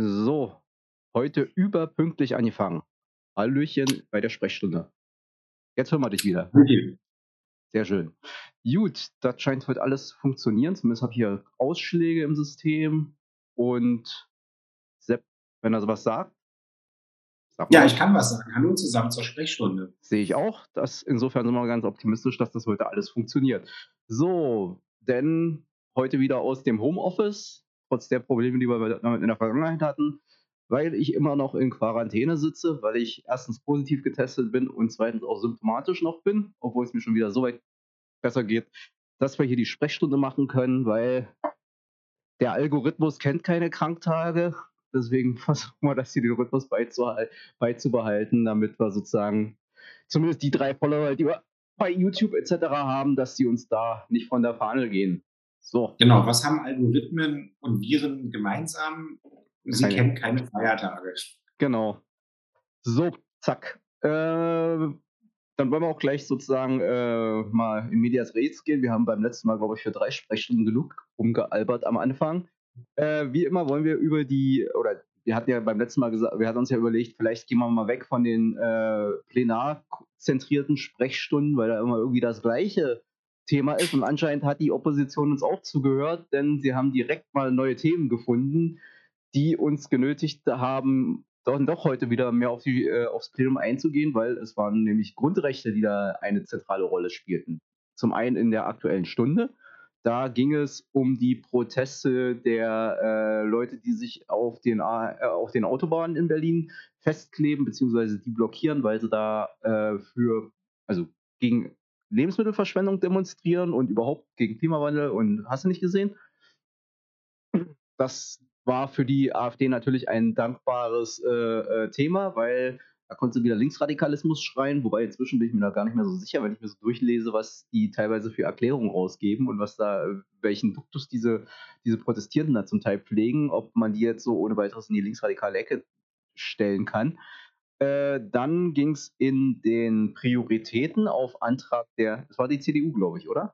So, heute überpünktlich angefangen. Hallöchen bei der Sprechstunde. Jetzt hören wir dich wieder. Okay. Sehr schön. Gut, das scheint heute alles zu funktionieren. Zumindest habe ich hier Ausschläge im System. Und Sepp, wenn er sowas sagt, sag mal Ja, ich was. kann was sagen. Hallo zusammen zur Sprechstunde. Sehe ich auch. Insofern sind wir ganz optimistisch, dass das heute alles funktioniert. So, denn heute wieder aus dem Homeoffice, trotz der Probleme, die wir damit in der Vergangenheit hatten, weil ich immer noch in Quarantäne sitze, weil ich erstens positiv getestet bin und zweitens auch symptomatisch noch bin, obwohl es mir schon wieder so weit besser geht, dass wir hier die Sprechstunde machen können, weil der Algorithmus kennt keine Kranktage. Deswegen versuchen wir, das hier den Rhythmus beizubehalten, damit wir sozusagen zumindest die 3 Follower, die wir bei YouTube etc. haben, dass die uns da nicht von der Fahne gehen. So, Genau, was haben Algorithmen und Viren gemeinsam? Sie keine, kennen keine Feiertage. genau. So, zack. Dann wollen wir auch gleich sozusagen mal in Medias Res gehen. Wir haben beim letzten Mal, glaube ich, für 3 Sprechstunden genug rumgealbert am Anfang. Wie immer wollen wir oder wir hatten ja beim letzten Mal gesagt, wir hatten uns ja überlegt, vielleicht gehen wir mal weg von den plenarzentrierten Sprechstunden, weil da immer irgendwie das gleiche Thema ist. Und anscheinend hat die Opposition uns auch zugehört, denn sie haben direkt mal neue Themen gefunden, die uns genötigt haben, doch heute wieder mehr aufs Plenum einzugehen, weil es waren nämlich Grundrechte, die da eine zentrale Rolle spielten. Zum einen in der Aktuellen Stunde. Da ging es um die Proteste der Leute, die sich auf den Autobahnen in Berlin festkleben, beziehungsweise die blockieren, weil sie da also gegen Lebensmittelverschwendung demonstrieren und überhaupt gegen Klimawandel und hast du nicht gesehen? Das war für die AfD natürlich ein dankbares Thema, weil da konnte sie wieder Linksradikalismus schreien, wobei inzwischen bin ich mir da gar nicht mehr so sicher, wenn ich mir so durchlese, was die teilweise für Erklärungen rausgeben und welchen Duktus diese Protestierenden da zum Teil pflegen, ob man die jetzt so ohne weiteres in die linksradikale Ecke stellen kann. Dann ging es in den Prioritäten auf Antrag das war die CDU, glaube ich, oder?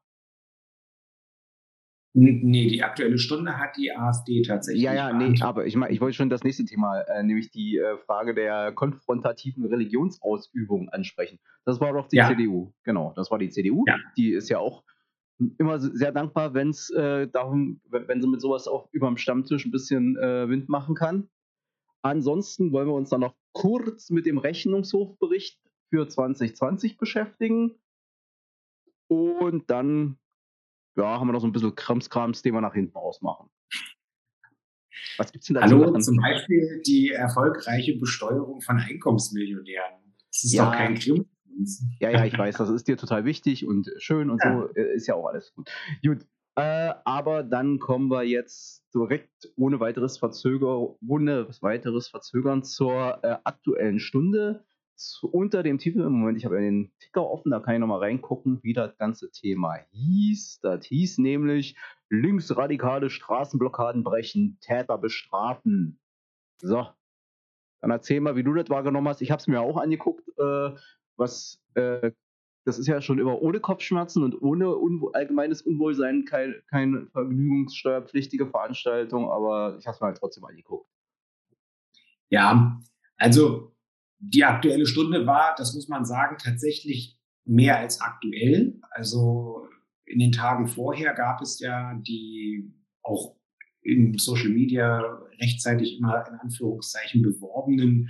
Nee, die Aktuelle Stunde hat die AfD Ja, tatsächlich ja, ne, beantragt. aber ich wollte schon das nächste Thema, nämlich die Frage der konfrontativen Religionsausübung ansprechen. Das war doch die Ja, CDU. Genau, das war die CDU. ja. Die ist ja auch immer sehr dankbar, wenn's darum wenn sie mit sowas auch überm Stammtisch ein bisschen Wind machen kann. Ansonsten wollen wir uns dann noch kurz mit dem Rechnungshofbericht für 2020 beschäftigen und dann, ja, haben wir noch so ein bisschen Krimskrams, den wir nach hinten ausmachen. Was gibt's denn da zu Hallo, lachen? zum Beispiel die erfolgreiche Besteuerung von Einkommensmillionären. Das ist doch kein Ja, Krim. ja, ja, ich weiß, das ist dir total wichtig und schön und so, Ja. ist ja auch alles gut. Gut, aber dann kommen wir jetzt direkt ohne weiteres Verzögern zur Aktuellen Stunde. Unter dem Titel, Moment, ich habe ja den Ticker offen, da kann ich nochmal reingucken, wie das ganze Thema hieß. Das hieß nämlich linksradikale Straßenblockaden brechen, Täter bestrafen. So, dann erzähl mal, wie du das wahrgenommen hast. Ich habe es mir auch angeguckt, was das ist ja schon immer ohne Kopfschmerzen und ohne allgemeines Unwohlsein keine vergnügungssteuerpflichtige Veranstaltung, aber ich habe es mir halt trotzdem angeguckt. Ja, also die Aktuelle Stunde war, das muss man sagen, tatsächlich mehr als aktuell. Also in den Tagen vorher gab es ja die auch in Social Media rechtzeitig immer in Anführungszeichen beworbenen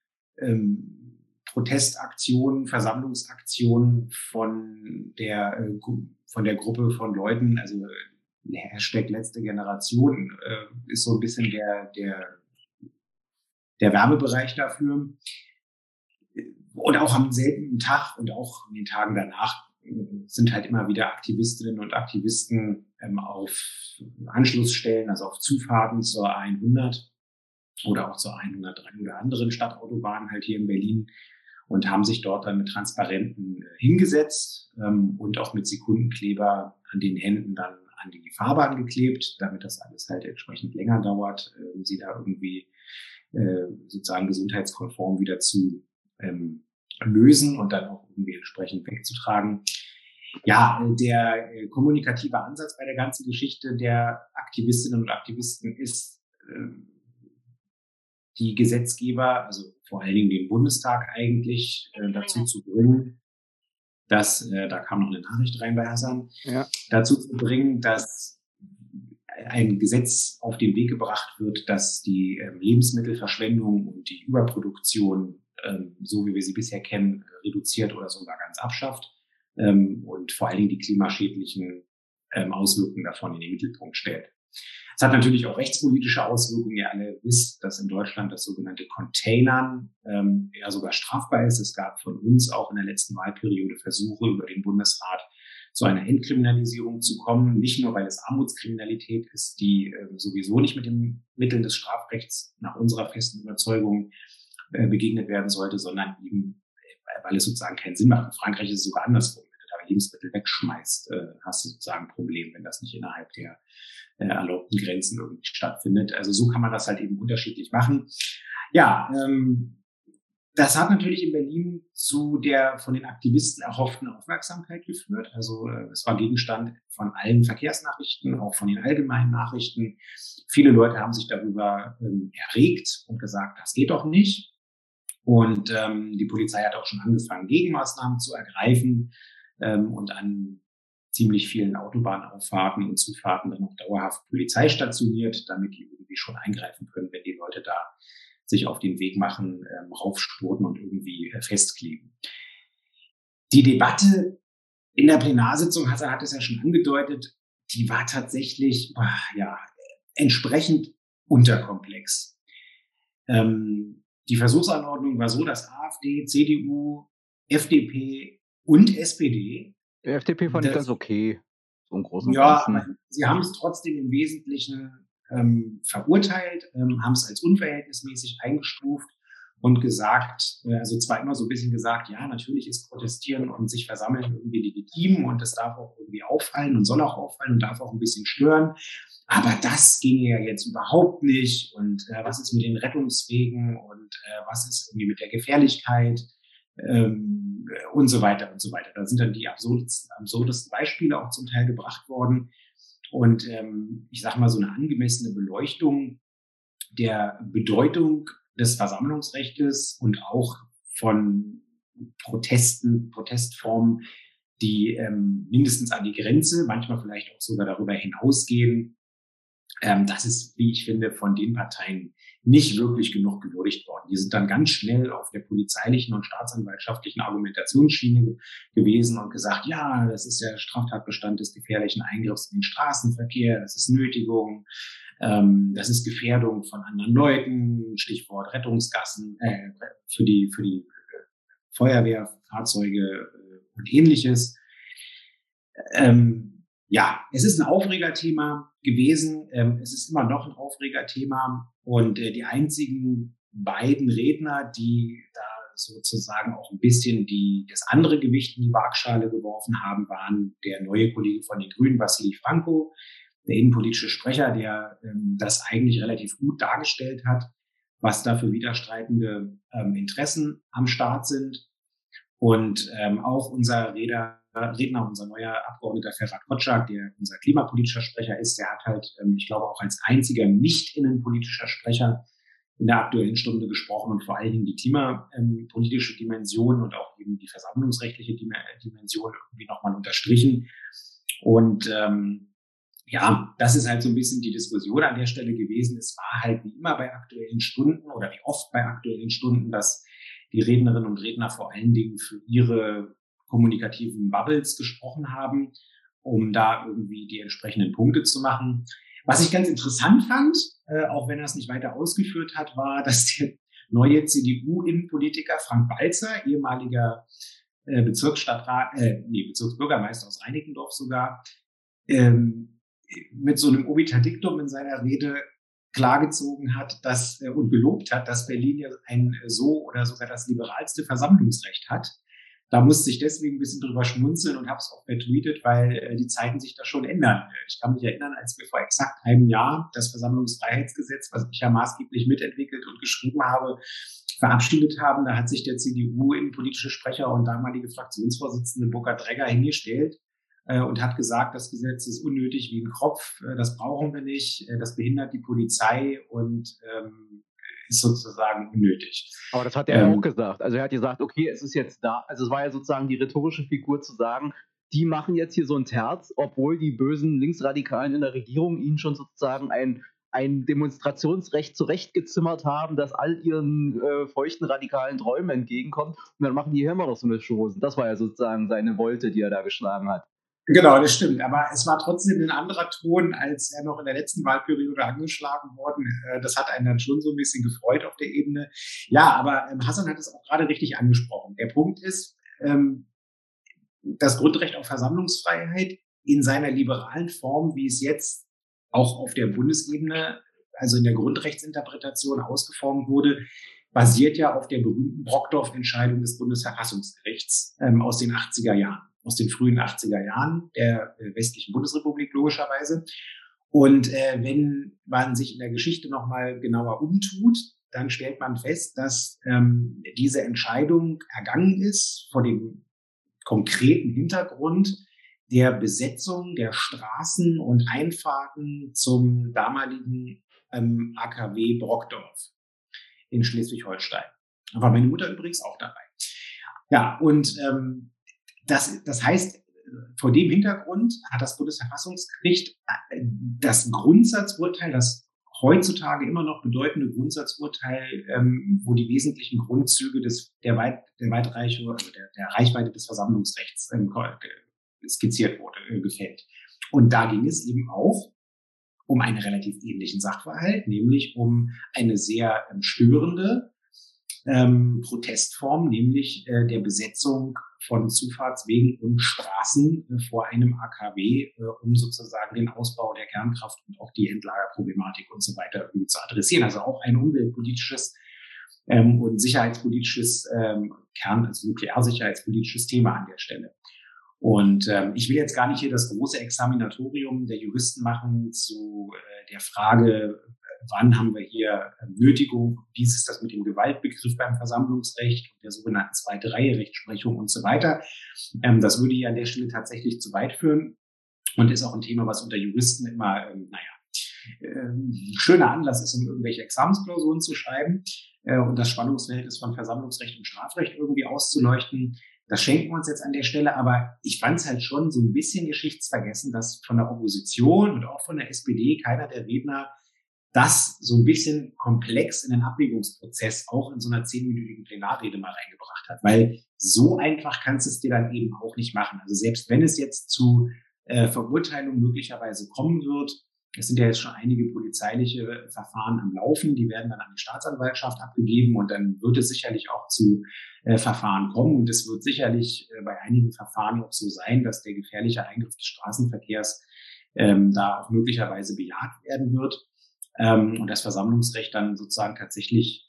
Protestaktionen, Versammlungsaktionen von der Gruppe von Leuten, also Hashtag letzte Generation ist so ein bisschen der Werbebereich dafür. Und auch am selben Tag und auch in den Tagen danach sind halt immer wieder Aktivistinnen und Aktivisten auf Anschlussstellen, also auf Zufahrten zur 100 oder auch zur 103 oder anderen Stadtautobahnen halt hier in Berlin und haben sich dort dann mit Transparenten hingesetzt und auch mit Sekundenkleber an den Händen dann an die Fahrbahn geklebt, damit das alles halt entsprechend länger dauert, sie da irgendwie sozusagen gesundheitskonform wieder zu lösen und dann auch irgendwie entsprechend wegzutragen. Ja, der kommunikative Ansatz bei der ganzen Geschichte der Aktivistinnen und Aktivisten ist die Gesetzgeber, also vor allen Dingen den Bundestag eigentlich, dazu zu bringen, dass, da kam noch eine Nachricht rein bei Hassan, dazu zu bringen, dass ein Gesetz auf den Weg gebracht wird, das die Lebensmittelverschwendung und die Überproduktion, so wie wir sie bisher kennen, reduziert oder sogar ganz abschafft, und vor allen Dingen die klimaschädlichen Auswirkungen davon in den Mittelpunkt stellt. Es hat natürlich auch rechtspolitische Auswirkungen. Ihr alle wisst, dass in Deutschland das sogenannte Containern ja sogar strafbar ist. Es gab von uns auch in der letzten Wahlperiode Versuche über den Bundesrat zu einer Entkriminalisierung zu kommen. Nicht nur, weil es Armutskriminalität ist, die sowieso nicht mit den Mitteln des Strafrechts nach unserer festen Überzeugung begegnet werden sollte, sondern eben, weil es sozusagen keinen Sinn macht. In Frankreich ist es sogar andersrum. Wenn du da Lebensmittel wegschmeißt, hast du sozusagen ein Problem, wenn das nicht innerhalb der erlaubten Grenzen irgendwie stattfindet. Also so kann man das halt eben unterschiedlich machen. Ja, das hat natürlich in Berlin zu der von den Aktivisten erhofften Aufmerksamkeit geführt. Also es war Gegenstand von allen Verkehrsnachrichten, auch von den allgemeinen Nachrichten. Viele Leute haben sich darüber erregt und gesagt, das geht doch nicht. Und die Polizei hat auch schon angefangen, Gegenmaßnahmen zu ergreifen und an ziemlich vielen Autobahnauffahrten und Zufahrten dann auch dauerhaft Polizei stationiert, damit die irgendwie schon eingreifen können, wenn die Leute da sich auf den Weg machen, raufspurten und irgendwie festkleben. Die Debatte in der Plenarsitzung, Hassan hat es ja schon angedeutet, die war tatsächlich entsprechend unterkomplex. Die Versuchsanordnung war so, dass AfD, CDU, FDP und SPD. Die FDP fand ich ganz okay, so im Großen und Ganzen. Ja, aber sie haben es trotzdem im Wesentlichen verurteilt, haben es als unverhältnismäßig eingestuft und gesagt, also zwar immer so ein bisschen gesagt, ja, natürlich ist Protestieren und sich versammeln irgendwie legitim und das darf auch irgendwie auffallen und soll auch auffallen und darf auch ein bisschen stören, aber das ginge ja jetzt überhaupt nicht und was ist mit den Rettungswegen und was ist irgendwie mit der Gefährlichkeit und so weiter und so weiter. Da sind dann die absurdesten Beispiele auch zum Teil gebracht worden. Und ich sage mal, so eine angemessene Beleuchtung der Bedeutung des Versammlungsrechts und auch von Protestformen, die mindestens an die Grenze, manchmal vielleicht auch sogar darüber hinausgehen. Das ist, wie ich finde, von den Parteien nicht wirklich genug gewürdigt worden. Die sind dann ganz schnell auf der polizeilichen und staatsanwaltschaftlichen Argumentationsschiene gewesen und gesagt, ja, das ist der Straftatbestand des gefährlichen Eingriffs in den Straßenverkehr, das ist Nötigung, das ist Gefährdung von anderen Leuten, Stichwort Rettungsgassen für die Feuerwehrfahrzeuge und ähnliches. Ja, es ist ein Aufregerthema gewesen. Es ist immer noch ein Aufregerthema. Und die einzigen beiden Redner, die da sozusagen auch ein bisschen das andere Gewicht in die Waagschale geworfen haben, waren der neue Kollege von den Grünen, Wassily Franco, der innenpolitische Sprecher, der das eigentlich relativ gut dargestellt hat, was da für widerstreitende Interessen am Start sind. Und auch unser Redner, unser neuer Abgeordneter Ferhat Kotschak, der unser klimapolitischer Sprecher ist, der hat halt, ich glaube, auch als einziger nicht innenpolitischer Sprecher in der Aktuellen Stunde gesprochen und vor allen Dingen die klimapolitische Dimension und auch eben die versammlungsrechtliche Dimension irgendwie nochmal unterstrichen. Und ja, das ist halt so ein bisschen die Diskussion an der Stelle gewesen. Es war halt wie immer bei Aktuellen Stunden oder wie oft bei Aktuellen Stunden, dass die Rednerinnen und Redner vor allen Dingen für ihre kommunikativen Bubbles gesprochen haben, um da irgendwie die entsprechenden Punkte zu machen. Was ich ganz interessant fand, auch wenn er es nicht weiter ausgeführt hat, war, dass der neue CDU-Innenpolitiker Frank Balzer, ehemaliger Bezirksbürgermeister aus Reinickendorf sogar, mit so einem Obiter-Diktum in seiner Rede klargezogen hat, und gelobt hat, dass Berlin ja ein so oder sogar das liberalste Versammlungsrecht hat. Da musste ich deswegen ein bisschen drüber schmunzeln und habe es auch retweetet, weil die Zeiten sich da schon ändern. Ich kann mich erinnern, als wir vor exakt einem Jahr das Versammlungsfreiheitsgesetz, was ich ja maßgeblich mitentwickelt und geschrieben habe, verabschiedet haben, da hat sich der CDU-innenpolitische Sprecher und damalige Fraktionsvorsitzende Burkhard Dregger hingestellt und hat gesagt, das Gesetz ist unnötig wie ein Kropf, das brauchen wir nicht, das behindert die Polizei und ist sozusagen unnötig. Aber das hat er auch gesagt. Also er hat gesagt, okay, es ist jetzt da. Also es war ja sozusagen die rhetorische Figur zu sagen, die machen jetzt hier so ein Terz, obwohl die bösen Linksradikalen in der Regierung ihnen schon sozusagen ein Demonstrationsrecht zurechtgezimmert haben, das all ihren feuchten radikalen Träumen entgegenkommt. Und dann machen die hier immer noch so eine Chose. Das war ja sozusagen seine Wolte, die er da geschlagen hat. Genau, das stimmt. Aber es war trotzdem ein anderer Ton, als er noch in der letzten Wahlperiode angeschlagen worden. Das hat einen dann schon so ein bisschen gefreut auf der Ebene. Ja, aber Hassan hat es auch gerade richtig angesprochen. Der Punkt ist, das Grundrecht auf Versammlungsfreiheit in seiner liberalen Form, wie es jetzt auch auf der Bundesebene, also in der Grundrechtsinterpretation ausgeformt wurde, basiert ja auf der berühmten Brockdorff-Entscheidung des Bundesverfassungsgerichts aus den 80er Jahren, aus den frühen 80er Jahren der westlichen Bundesrepublik logischerweise. Und wenn man sich in der Geschichte nochmal genauer umtut, dann stellt man fest, dass diese Entscheidung ergangen ist vor dem konkreten Hintergrund der Besetzung der Straßen und Einfahrten zum damaligen AKW Brockdorf in Schleswig-Holstein. Da war meine Mutter übrigens auch dabei. Ja, und das heißt, vor dem Hintergrund hat das Bundesverfassungsgericht das Grundsatzurteil, das heutzutage immer noch bedeutende Grundsatzurteil, wo die wesentlichen Grundzüge der Reichweite des Versammlungsrechts skizziert wurde, gefällt. Und da ging es eben auch um einen relativ ähnlichen Sachverhalt, nämlich um eine sehr störende Protestform, nämlich der Besetzung von Zufahrtswegen und Straßen vor einem AKW, um sozusagen den Ausbau der Kernkraft und auch die Endlagerproblematik und so weiter irgendwie zu adressieren. Also auch ein umweltpolitisches und sicherheitspolitisches also nuklearsicherheitspolitisches Thema an der Stelle. Und ich will jetzt gar nicht hier das große Examinatorium der Juristen machen zu der Frage, wann haben wir hier Nötigung, wie ist das mit dem Gewaltbegriff beim Versammlungsrecht und der sogenannten zweite Reihe Rechtsprechung und so weiter. Das würde hier an der Stelle tatsächlich zu weit führen und ist auch ein Thema, was unter Juristen immer, schöner Anlass ist, um irgendwelche Examensklausuren zu schreiben und das Spannungsverhältnis von Versammlungsrecht und Strafrecht irgendwie auszuleuchten. Das schenken wir uns jetzt an der Stelle, aber ich fand es halt schon so ein bisschen geschichtsvergessen, dass von der Opposition und auch von der SPD keiner der Redner das so ein bisschen komplex in den Abwägungsprozess auch in so einer 10-minütigen Plenarrede mal reingebracht hat. Weil so einfach kannst du es dir dann eben auch nicht machen. Also selbst wenn es jetzt zu Verurteilung möglicherweise kommen wird, es sind ja jetzt schon einige polizeiliche Verfahren am Laufen, die werden dann an die Staatsanwaltschaft abgegeben und dann wird es sicherlich auch zu Verfahren kommen und es wird sicherlich bei einigen Verfahren auch so sein, dass der gefährliche Eingriff des Straßenverkehrs da auch möglicherweise bejaht werden wird. Und das Versammlungsrecht dann sozusagen tatsächlich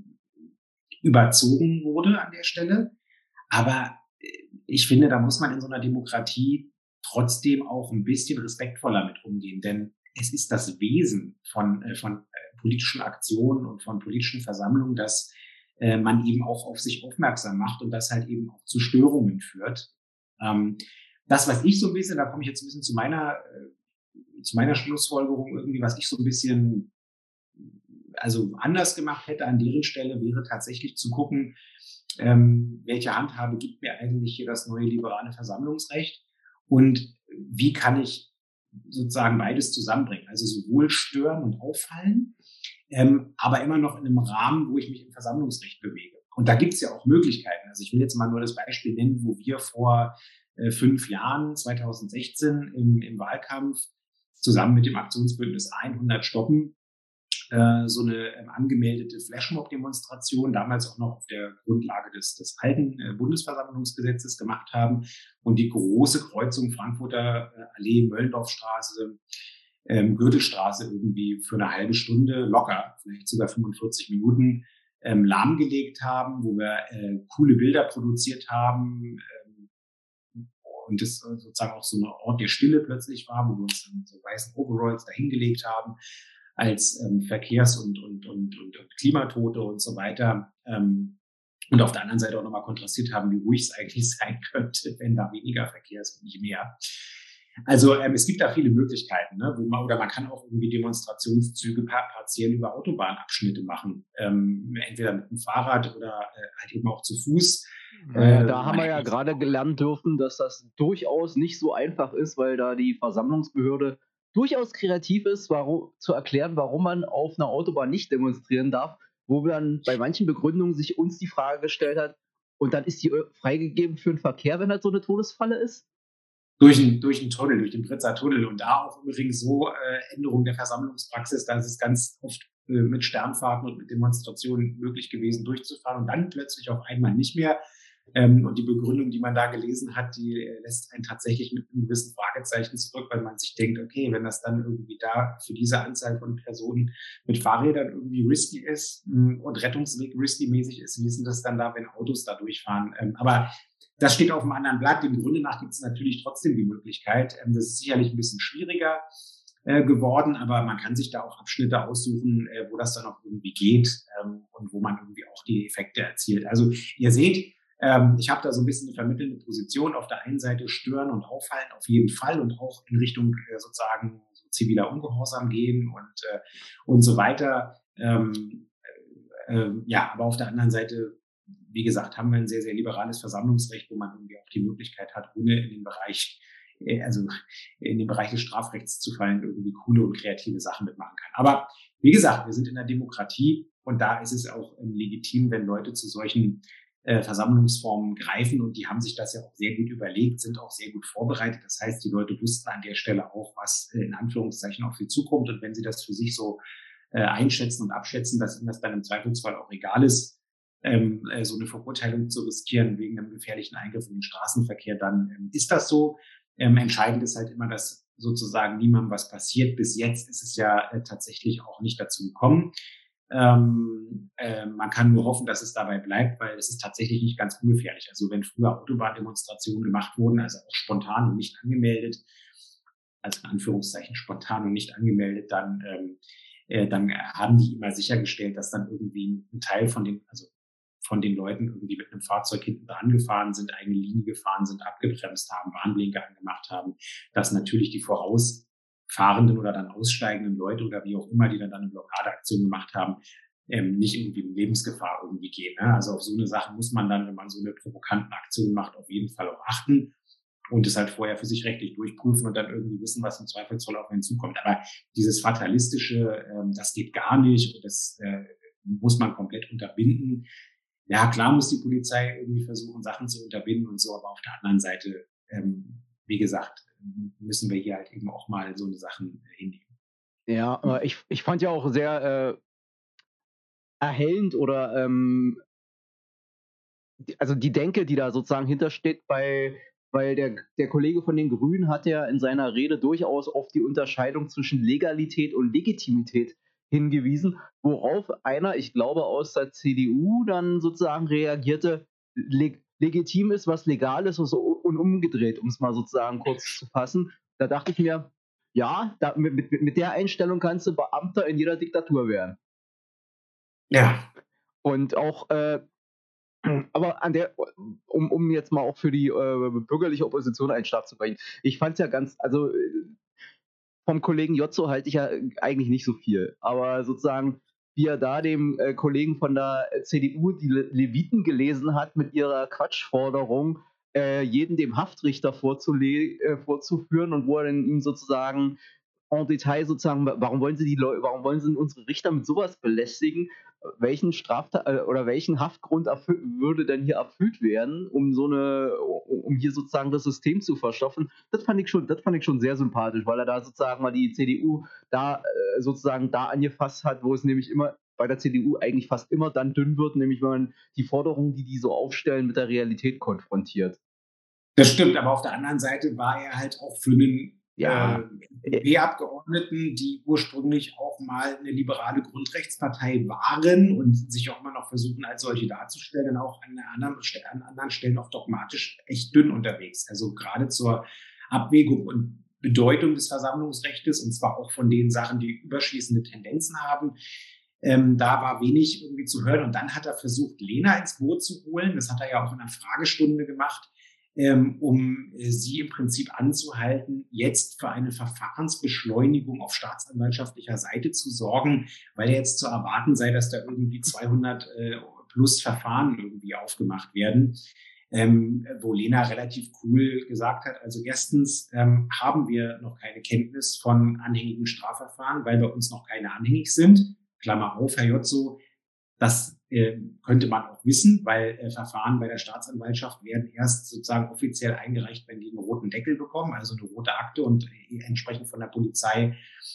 überzogen wurde an der Stelle. Aber ich finde, da muss man in so einer Demokratie trotzdem auch ein bisschen respektvoller mit umgehen, denn es ist das Wesen von politischen Aktionen und von politischen Versammlungen, dass man eben auch auf sich aufmerksam macht und das halt eben auch zu Störungen führt. Das, was ich so ein bisschen, da komme ich jetzt ein bisschen zu meiner Schlussfolgerung irgendwie, was ich so ein bisschen also anders gemacht hätte an deren Stelle, wäre tatsächlich zu gucken, welche Handhabe gibt mir eigentlich hier das neue liberale Versammlungsrecht und wie kann ich sozusagen beides zusammenbringen. Also sowohl stören und auffallen, aber immer noch in einem Rahmen, wo ich mich im Versammlungsrecht bewege. Und da gibt es ja auch Möglichkeiten. Also ich will jetzt mal nur das Beispiel nennen, wo wir vor 5 Jahren, 2016, im Wahlkampf zusammen mit dem Aktionsbündnis 100 Stoppen so eine angemeldete Flashmob-Demonstration, damals auch noch auf der Grundlage des alten Bundesversammlungsgesetzes gemacht haben und die große Kreuzung Frankfurter Allee, Möllendorfstraße, Gürtelstraße irgendwie für eine halbe Stunde locker, vielleicht sogar 45 Minuten lahmgelegt haben, wo wir coole Bilder produziert haben, und das sozusagen auch so ein Ort der Stille plötzlich war, wo wir uns in so weißen Overalls dahingelegt haben als Verkehrs- und Klimatote und so weiter. Und auf der anderen Seite auch nochmal kontrastiert haben, wie ruhig es eigentlich sein könnte, wenn da weniger Verkehr ist und nicht mehr. Also es gibt da viele Möglichkeiten, ne? Oder man kann auch irgendwie Demonstrationszüge partiell über Autobahnabschnitte machen. Entweder mit dem Fahrrad oder halt eben auch zu Fuß. Naja, da haben wir ja gerade gelernt dürfen, dass das durchaus nicht so einfach ist, weil da die Versammlungsbehörde durchaus kreativ ist, zu erklären, warum man auf einer Autobahn nicht demonstrieren darf, wo dann bei manchen Begründungen sich uns die Frage gestellt hat, und dann ist die freigegeben für den Verkehr, wenn das so eine Todesfalle ist? Durch einen Tunnel, durch den Britzer Tunnel. Und da auch übrigens so Änderungen der Versammlungspraxis, da ist es ganz oft mit Sternfahrten und mit Demonstrationen möglich gewesen, durchzufahren und dann plötzlich auf einmal nicht mehr. Und die Begründung, die man da gelesen hat, die lässt einen tatsächlich mit einem gewissen Fragezeichen zurück, weil man sich denkt, okay, wenn das dann irgendwie da für diese Anzahl von Personen mit Fahrrädern irgendwie risky ist und Rettungsweg risky-mäßig ist, wie ist denn das dann da, wenn Autos da durchfahren? Aber das steht auf einem anderen Blatt. Dem Grunde nach gibt es natürlich trotzdem die Möglichkeit. Das ist sicherlich ein bisschen schwieriger geworden, aber man kann sich da auch Abschnitte aussuchen, wo das dann auch irgendwie geht und wo man irgendwie auch die Effekte erzielt. Also ihr seht, ich habe da so ein bisschen eine vermittelnde Position. Auf der einen Seite stören und auffallen auf jeden Fall und auch in Richtung sozusagen so ziviler Ungehorsam gehen und so weiter. Ja, aber auf der anderen Seite, wie gesagt, haben wir ein sehr, sehr liberales Versammlungsrecht, wo man irgendwie auch die Möglichkeit hat, ohne in den Bereich, also in den Bereich des Strafrechts zu fallen, irgendwie coole und kreative Sachen mitmachen kann. Aber wie gesagt, wir sind in der Demokratie und da ist es auch legitim, wenn Leute zu solchen Versammlungsformen greifen und die haben sich das ja auch sehr gut überlegt, sind auch sehr gut vorbereitet. Das heißt, die Leute wussten an der Stelle auch, was in Anführungszeichen auf sie zukommt und wenn sie das für sich so einschätzen und abschätzen, dass ihnen das dann im Zweifelsfall auch egal ist, so eine Verurteilung zu riskieren wegen einem gefährlichen Eingriff in den Straßenverkehr, dann ist das so. Entscheidend ist halt immer, dass sozusagen niemandem was passiert. Bis jetzt ist es ja tatsächlich auch nicht dazu gekommen. Man kann nur hoffen, dass es dabei bleibt, weil es ist tatsächlich nicht ganz ungefährlich. Also wenn früher Autobahndemonstrationen gemacht wurden, also auch spontan und nicht angemeldet, also in Anführungszeichen spontan und nicht angemeldet, dann haben die immer sichergestellt, dass dann irgendwie ein Teil von den Leuten irgendwie mit einem Fahrzeug hinten dran gefahren sind, eigene Linie gefahren sind, abgebremst haben, Warnblinker angemacht haben, dass natürlich die vorausfahrenden oder dann aussteigenden Leute oder wie auch immer, die dann eine Blockadeaktion gemacht haben, nicht irgendwie in Lebensgefahr irgendwie gehen. Ne? Also auf so eine Sache muss man dann, wenn man so eine provokanten Aktion macht, auf jeden Fall auch achten und es halt vorher für sich rechtlich durchprüfen und dann irgendwie wissen, was im Zweifelsfall auf einen zukommt. Aber dieses Fatalistische, das geht gar nicht und das muss man komplett unterbinden. Ja, klar muss die Polizei irgendwie versuchen, Sachen zu unterbinden und so, aber auf der anderen Seite, wie gesagt, müssen wir hier halt eben auch mal so eine Sachen hinnehmen. Ja, ich fand ja auch sehr erhellend oder also die Denke, die da sozusagen hintersteht, weil der Kollege von den Grünen hat ja in seiner Rede durchaus auf die Unterscheidung zwischen Legalität und Legitimität hingewiesen, worauf einer, ich glaube aus der CDU, dann sozusagen reagierte, legitim ist, was legal ist und umgedreht, um es mal sozusagen kurz zu fassen. Da dachte ich mir, ja, mit der Einstellung kannst du Beamter in jeder Diktatur werden. Ja. Und auch aber um jetzt mal auch für die bürgerliche Opposition einen Stab zu brechen. Ich fand es ja also vom Kollegen Jotzo halte ich ja eigentlich nicht so viel. Aber sozusagen, wie er da dem Kollegen von der CDU die Leviten gelesen hat mit ihrer Quatschforderung, jeden dem Haftrichter vorzuführen und wo er dann ihm sozusagen en Detail sozusagen, warum wollen sie denn unsere Richter mit sowas belästigen? Welchen oder welchen Haftgrund würde denn hier erfüllt werden, um hier sozusagen das System zu verstopfen? Das fand ich schon sehr sympathisch, weil er da sozusagen mal die CDU sozusagen da angefasst hat, wo es nämlich immer bei der CDU eigentlich fast immer dann dünn wird, nämlich wenn man die Forderungen, die so aufstellen, mit der Realität konfrontiert. Das stimmt, aber auf der anderen Seite war er halt auch für einen Ja, FDP-Abgeordneten, die ursprünglich auch mal eine liberale Grundrechtspartei waren und sich auch immer noch versuchen, als solche darzustellen, auch an anderen Stellen auch dogmatisch echt dünn unterwegs. Also gerade zur Abwägung und Bedeutung des Versammlungsrechts, und zwar auch von den Sachen, die überschießende Tendenzen haben. Da war wenig irgendwie zu hören. Und dann hat er versucht, Lena ins Boot zu holen. Das hat er ja auch in einer Fragestunde gemacht. um sie im Prinzip anzuhalten, jetzt für eine Verfahrensbeschleunigung auf staatsanwaltschaftlicher Seite zu sorgen, weil jetzt zu erwarten sei, dass da irgendwie 200 plus Verfahren irgendwie aufgemacht werden. Wo Lena relativ cool gesagt hat, also erstens haben wir noch keine Kenntnis von anhängigen Strafverfahren, weil bei uns noch keine anhängig sind. Klammer auf, Herr Jotzo, das könnte man auch wissen, weil Verfahren bei der Staatsanwaltschaft werden erst sozusagen offiziell eingereicht, wenn die einen roten Deckel bekommen, also eine rote Akte und entsprechend von der Polizei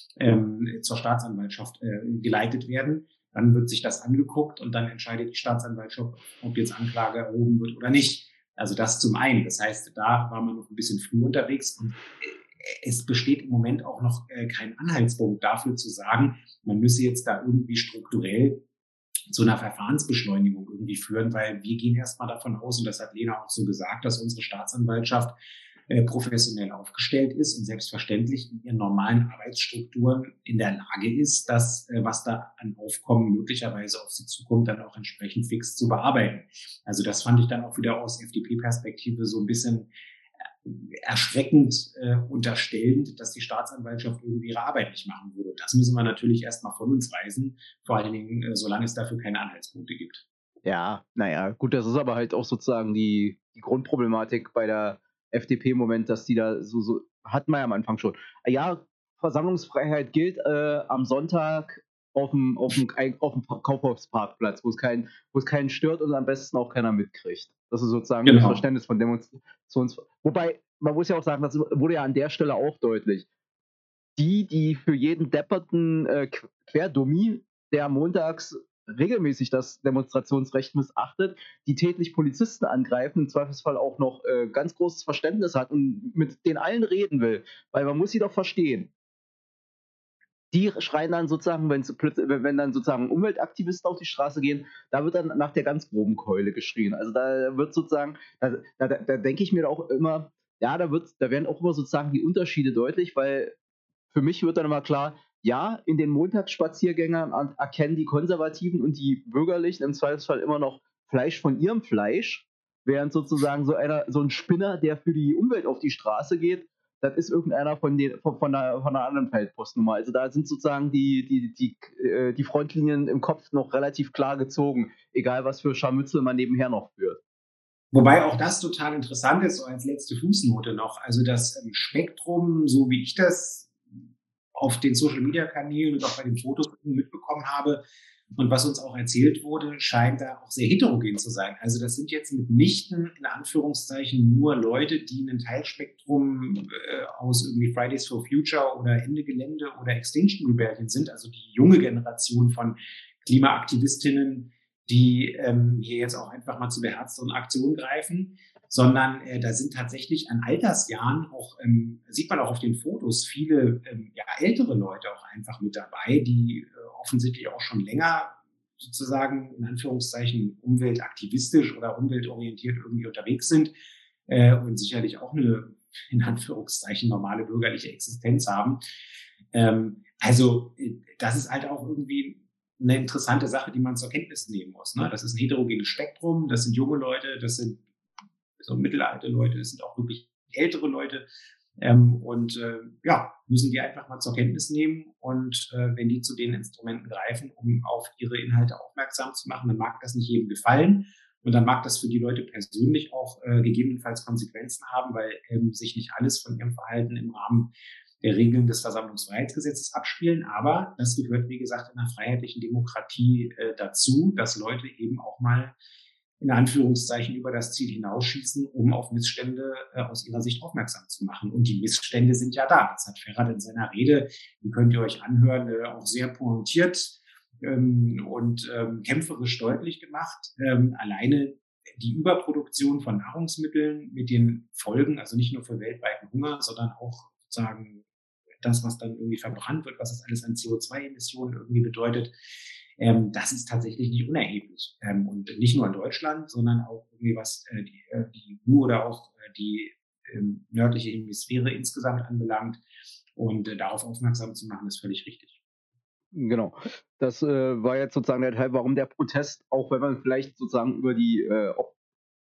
zur Staatsanwaltschaft geleitet werden. Dann wird sich das angeguckt und dann entscheidet die Staatsanwaltschaft, ob jetzt Anklage erhoben wird oder nicht. Also das zum einen. Das heißt, da war man noch ein bisschen früh unterwegs und es besteht im Moment auch noch kein Anhaltspunkt dafür zu sagen, man müsse jetzt da irgendwie strukturell zu einer Verfahrensbeschleunigung irgendwie führen, weil wir gehen erstmal davon aus, und das hat Lena auch so gesagt, dass unsere Staatsanwaltschaft professionell aufgestellt ist und selbstverständlich in ihren normalen Arbeitsstrukturen in der Lage ist, das, was da an Aufkommen möglicherweise auf sie zukommt, dann auch entsprechend fix zu bearbeiten. Also das fand ich dann auch wieder aus FDP-Perspektive so ein bisschen erschreckend unterstellend, dass die Staatsanwaltschaft irgendwie ihre Arbeit nicht machen würde. Das müssen wir natürlich erstmal von uns weisen, vor allen Dingen, solange es dafür keine Anhaltspunkte gibt. Ja, naja, gut, das ist aber halt auch sozusagen die Grundproblematik bei der FDP im Moment, dass die da so hatten wir ja am Anfang schon. Ja, Versammlungsfreiheit gilt am Sonntag auf dem Kaufhausparkplatz, wo es keinen stört und am besten auch keiner mitkriegt. Das ist sozusagen das Verständnis von Demonstrations. Wobei, man muss ja auch sagen, das wurde ja an der Stelle auch deutlich. Die für jeden depperten Querdummi, der montags regelmäßig das Demonstrationsrecht missachtet, die täglich Polizisten angreifen, im Zweifelsfall auch noch ganz großes Verständnis hat und mit den allen reden will, weil man muss sie doch verstehen. Die schreien dann sozusagen, wenn dann sozusagen Umweltaktivisten auf die Straße gehen, da wird dann nach der ganz groben Keule geschrien. Also da wird sozusagen, da denke ich mir auch immer, ja, da werden auch immer sozusagen die Unterschiede deutlich, weil für mich wird dann immer klar, ja, in den Montagsspaziergängern erkennen die Konservativen und die Bürgerlichen im Zweifelsfall immer noch Fleisch von ihrem Fleisch, während sozusagen so ein Spinner, der für die Umwelt auf die Straße geht, das ist irgendeiner von einer anderen Feldpostnummer. Also da sind sozusagen die Frontlinien im Kopf noch relativ klar gezogen, egal was für Scharmützel man nebenher noch führt. Wobei auch das total interessant ist, so als letzte Fußnote noch. Also das Spektrum, so wie ich das auf den Social-Media-Kanälen und auch bei den Fotos mitbekommen habe und was uns auch erzählt wurde, scheint da auch sehr heterogen zu sein. Also das sind jetzt mitnichten in Anführungszeichen nur Leute, die ein Teilspektrum aus irgendwie Fridays for Future oder Ende Gelände oder Extinction Rebellion sind, also die junge Generation von Klimaaktivistinnen, die hier jetzt auch einfach mal zu beherzteren Aktionen greifen, sondern da sind tatsächlich an Altersjahren auch, sieht man auch auf den Fotos, viele ältere Leute auch einfach mit dabei, die offensichtlich auch schon länger sozusagen in Anführungszeichen umweltaktivistisch oder umweltorientiert irgendwie unterwegs sind und sicherlich auch eine in Anführungszeichen normale bürgerliche Existenz haben. Also das ist halt auch irgendwie eine interessante Sache, die man zur Kenntnis nehmen muss. Ne? Das ist ein heterogenes Spektrum, das sind junge Leute, das sind so mittelalte Leute, das sind auch wirklich ältere Leute. Müssen die einfach mal zur Kenntnis nehmen und wenn die zu den Instrumenten greifen, um auf ihre Inhalte aufmerksam zu machen, dann mag das nicht jedem gefallen und dann mag das für die Leute persönlich auch gegebenenfalls Konsequenzen haben, weil sich nicht alles von ihrem Verhalten im Rahmen der Regeln des Versammlungsfreiheitsgesetzes abspielen. Aber das gehört, wie gesagt, in einer freiheitlichen Demokratie dazu, dass Leute eben auch mal in Anführungszeichen über das Ziel hinausschießen, um auf Missstände aus ihrer Sicht aufmerksam zu machen. Und die Missstände sind ja da. Das hat Ferrat in seiner Rede, die könnt ihr euch anhören, auch sehr pointiert und kämpferisch deutlich gemacht. Alleine die Überproduktion von Nahrungsmitteln mit den Folgen, also nicht nur für weltweiten Hunger, sondern auch sozusagen das, was dann irgendwie verbrannt wird, was das alles an CO2-Emissionen irgendwie bedeutet, das ist tatsächlich nicht unerheblich. Und nicht nur in Deutschland, sondern auch irgendwie was die EU oder auch die nördliche Hemisphäre insgesamt anbelangt. Und darauf aufmerksam zu machen, ist völlig richtig. Genau. Das war jetzt sozusagen der Teil, warum der Protest, auch wenn man vielleicht sozusagen über die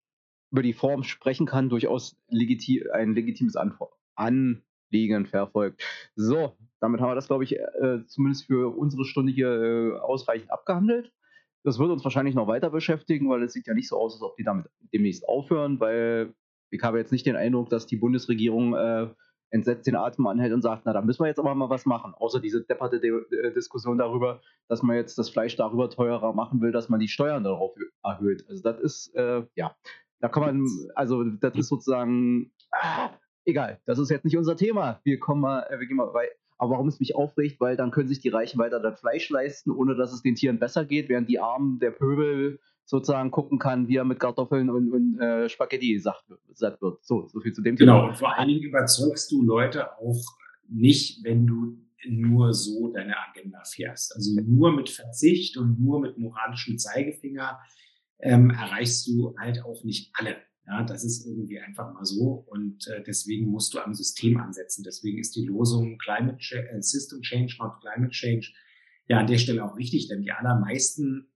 über die Form sprechen kann, durchaus ein legitimes Anliegen verfolgt. So, damit haben wir das, glaube ich, zumindest für unsere Stunde hier ausreichend abgehandelt. Das wird uns wahrscheinlich noch weiter beschäftigen, weil es sieht ja nicht so aus, als ob die damit demnächst aufhören, weil ich habe jetzt nicht den Eindruck, dass die Bundesregierung entsetzt den Atem anhält und sagt, na, da müssen wir jetzt aber mal was machen. Außer diese depperte Diskussion darüber, dass man jetzt das Fleisch darüber teurer machen will, dass man die Steuern darauf erhöht. Also das ist, ja, da kann man, also das ist sozusagen, egal, das ist jetzt nicht unser Thema. Wir gehen mal weiter. Aber warum es mich aufregt, weil dann können sich die Reichen weiter das Fleisch leisten, ohne dass es den Tieren besser geht, während die Armen, der Pöbel sozusagen gucken kann, wie er mit Kartoffeln und Spaghetti satt wird. So viel zu dem Thema. Genau, und vor allen Dingen überzeugst du Leute auch nicht, wenn du nur so deine Agenda fährst. Also nur mit Verzicht und nur mit moralischem Zeigefinger erreichst du halt auch nicht alle. Ja, das ist irgendwie einfach mal so und deswegen musst du am System ansetzen. Deswegen ist die Losung System Change, not Climate Change, ja an der Stelle auch wichtig, denn die allermeisten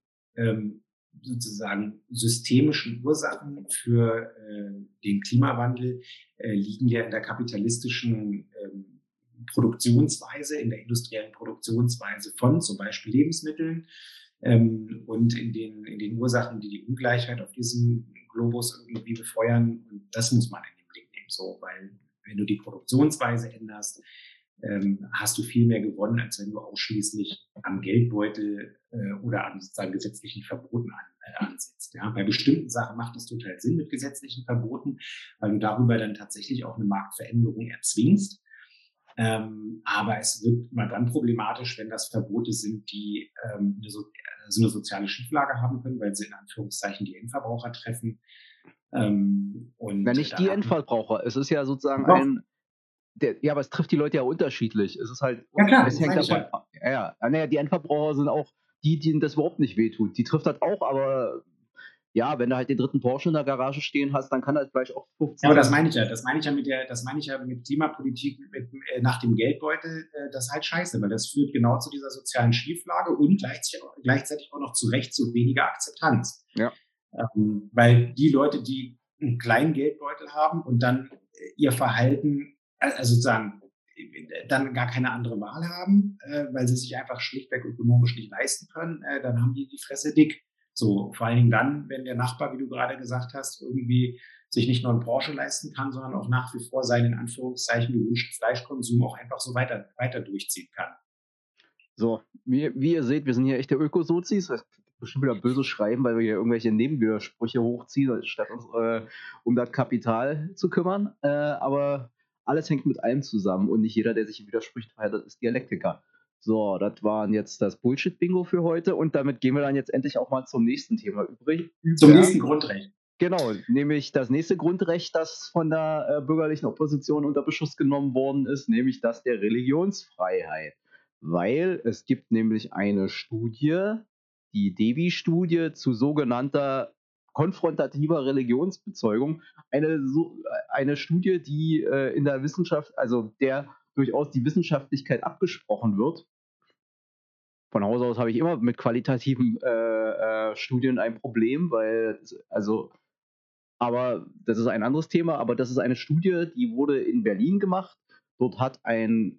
sozusagen systemischen Ursachen für den Klimawandel liegen ja in der kapitalistischen Produktionsweise, in der industriellen Produktionsweise von zum Beispiel Lebensmitteln und in den Ursachen, die die Ungleichheit auf diesem Globus irgendwie befeuern. Und das muss man in den Blick nehmen, so, weil wenn du die Produktionsweise änderst, hast du viel mehr gewonnen, als wenn du ausschließlich am Geldbeutel oder an sozusagen gesetzlichen Verboten ansetzt. Ja, bei bestimmten Sachen macht es total Sinn mit gesetzlichen Verboten, weil du darüber dann tatsächlich auch eine Marktveränderung erzwingst. Aber es wird immer dann problematisch, wenn das Verbote sind, die eine soziale Schieflage haben können, weil sie in Anführungszeichen die Endverbraucher treffen. Und wenn nicht die Endverbraucher, es ist ja sozusagen ja, aber es trifft die Leute ja unterschiedlich. Es ist halt, ja klar, es hängt davon ab. Ja, die Endverbraucher sind auch die, denen das überhaupt nicht wehtut. Die trifft das auch, aber ja, wenn du halt den dritten Porsche in der Garage stehen hast, dann kann das vielleicht auch 50. Ja, aber das meine ich ja mit Klimapolitik nach dem Geldbeutel, das ist halt scheiße, weil das führt genau zu dieser sozialen Schieflage und gleichzeitig auch noch zu weniger Akzeptanz. Ja. Weil die Leute, die einen kleinen Geldbeutel haben und dann ihr Verhalten, also sozusagen dann gar keine andere Wahl haben, weil sie sich einfach schlichtweg ökonomisch nicht leisten können, dann haben die Fresse dick. So, vor allen Dingen dann, wenn der Nachbar, wie du gerade gesagt hast, irgendwie sich nicht nur einen Porsche leisten kann, sondern auch nach wie vor seinen in Anführungszeichen gewünschten Fleischkonsum auch einfach so weiter durchziehen kann. So, wie ihr seht, wir sind hier echte Ökosozis. Das ist bestimmt wieder böse schreiben, weil wir hier irgendwelche Nebenwidersprüche hochziehen, statt uns um das Kapital zu kümmern. Aber alles hängt mit allem zusammen und nicht jeder, der sich in Widersprüchen verhält, ist Dialektiker. So, das waren jetzt das Bullshit-Bingo für heute und damit gehen wir dann jetzt endlich auch mal zum nächsten Thema Zum nächsten Grundrecht. Genau, nämlich das nächste Grundrecht, das von der bürgerlichen Opposition unter Beschuss genommen worden ist, nämlich das der Religionsfreiheit. Weil es gibt nämlich eine Studie, die DEVI-Studie zu sogenannter konfrontativer Religionsbezeugung. Eine Studie, die in der Wissenschaft, also der durchaus die Wissenschaftlichkeit abgesprochen wird. Von Haus aus habe ich immer mit qualitativen Studien ein Problem, weil, aber das ist ein anderes Thema, aber das ist eine Studie, die wurde in Berlin gemacht. Dort hat eine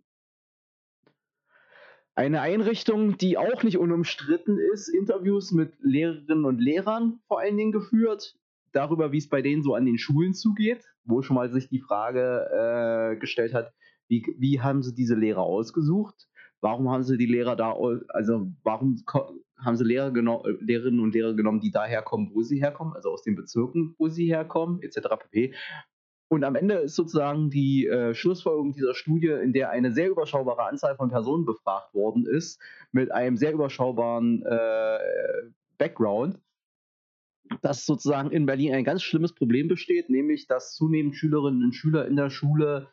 Einrichtung, die auch nicht unumstritten ist, Interviews mit Lehrerinnen und Lehrern vor allen Dingen geführt, darüber, wie es bei denen so an den Schulen zugeht, wo schon mal sich die Frage gestellt hat, wie haben sie diese Lehrer ausgesucht? Warum haben sie die Lehrer warum haben sie Lehrerinnen und Lehrer genommen, die daher kommen, wo sie herkommen, also aus den Bezirken, wo sie herkommen, etc. pp. Und am Ende ist sozusagen die Schlussfolgerung dieser Studie, in der eine sehr überschaubare Anzahl von Personen befragt worden ist, mit einem sehr überschaubaren Background, dass sozusagen in Berlin ein ganz schlimmes Problem besteht, nämlich dass zunehmend Schülerinnen und Schüler in der Schule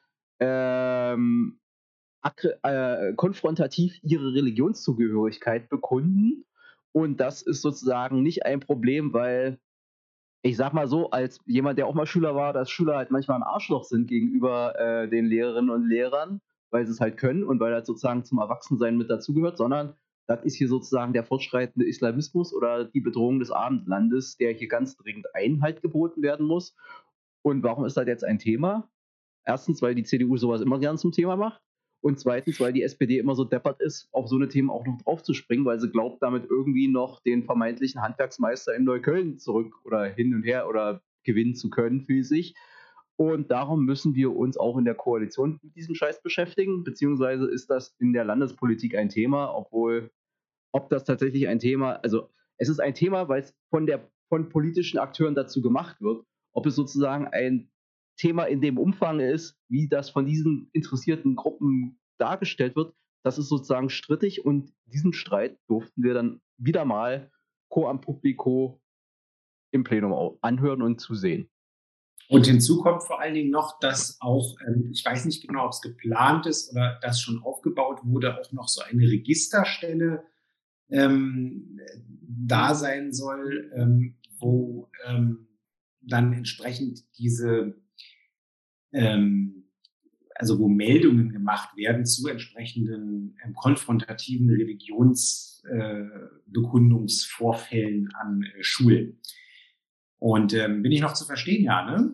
konfrontativ ihre Religionszugehörigkeit bekunden. Und das ist sozusagen nicht ein Problem, weil ich sag mal so, als jemand, der auch mal Schüler war, dass Schüler halt manchmal ein Arschloch sind gegenüber den Lehrerinnen und Lehrern, weil sie es halt können und weil das sozusagen zum Erwachsensein mit dazugehört, sondern das ist hier sozusagen der fortschreitende Islamismus oder die Bedrohung des Abendlandes, der hier ganz dringend Einhalt geboten werden muss. Und warum ist das jetzt ein Thema? Erstens, weil die CDU sowas immer gern zum Thema macht. Und zweitens, weil die SPD immer so deppert ist, auf so eine Themen auch noch draufzuspringen, weil sie glaubt, damit irgendwie noch den vermeintlichen Handwerksmeister in Neukölln zurück oder hin und her oder gewinnen zu können für sich. Und darum müssen wir uns auch in der Koalition mit diesem Scheiß beschäftigen, beziehungsweise ist das in der Landespolitik ein Thema, obwohl, ob das tatsächlich ein Thema, also es ist ein Thema, weil es von politischen Akteuren dazu gemacht wird, ob es sozusagen ein Thema in dem Umfang ist, wie das von diesen interessierten Gruppen dargestellt wird, das ist sozusagen strittig und diesen Streit durften wir dann wieder mal am Publico im Plenum anhören und zusehen. Und hinzu kommt vor allen Dingen noch, dass auch, ich weiß nicht genau, ob es geplant ist oder das schon aufgebaut wurde, auch noch so eine Registerstelle da sein soll, wo dann entsprechend diese, also wo Meldungen gemacht werden zu entsprechenden konfrontativen Religionsbekundungsvorfällen an Schulen. Und bin ich noch zu verstehen, ja, ne?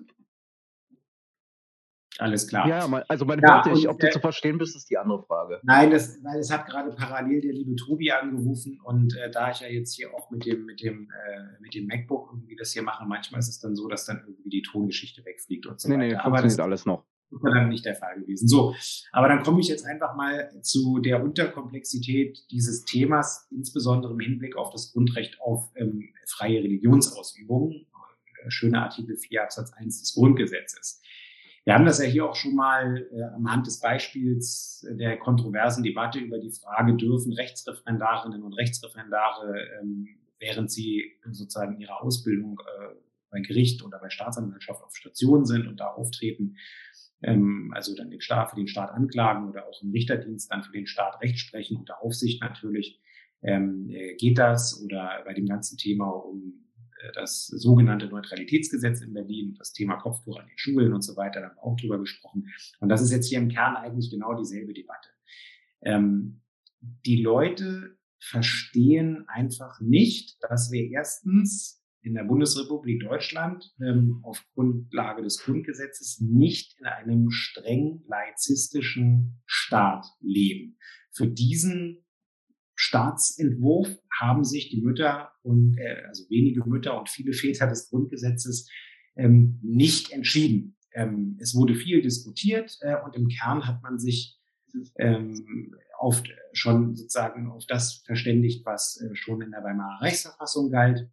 Alles klar. Ja, also man hört dich. Ob du zu verstehen bist, ist die andere Frage. Nein, weil es hat gerade parallel der liebe Tobi angerufen und da ich ja jetzt hier auch mit dem MacBook irgendwie das hier mache, manchmal ist es dann so, dass dann irgendwie die Tongeschichte wegfliegt und so weiter. Nee, aber das ist alles noch. Das war dann nicht der Fall gewesen. So, aber dann komme ich jetzt einfach mal zu der Unterkomplexität dieses Themas, insbesondere im Hinblick auf das Grundrecht auf freie Religionsausübung. Schöner Artikel 4 Absatz 1 des Grundgesetzes. Wir haben das ja hier auch schon mal am Hand des Beispiels der kontroversen Debatte über die Frage, dürfen Rechtsreferendarinnen und Rechtsreferendare, während sie sozusagen ihre Ausbildung bei Gericht oder bei Staatsanwaltschaft auf Station sind und da auftreten, also dann für den Staat anklagen oder auch im Richterdienst dann für den Staat Recht sprechen, unter Aufsicht natürlich, geht das, oder bei dem ganzen Thema um das sogenannte Neutralitätsgesetz in Berlin, das Thema Kopftuch an den Schulen und so weiter, da haben wir auch drüber gesprochen. Und das ist jetzt hier im Kern eigentlich genau dieselbe Debatte. Die Leute verstehen einfach nicht, dass wir erstens in der Bundesrepublik Deutschland auf Grundlage des Grundgesetzes nicht in einem streng laizistischen Staat leben. Für diesen Staatsentwurf haben sich die Mütter und also wenige Mütter und viele Väter des Grundgesetzes nicht entschieden. Es wurde viel diskutiert und im Kern hat man sich oft schon sozusagen auf das verständigt, was schon in der Weimarer Reichsverfassung galt.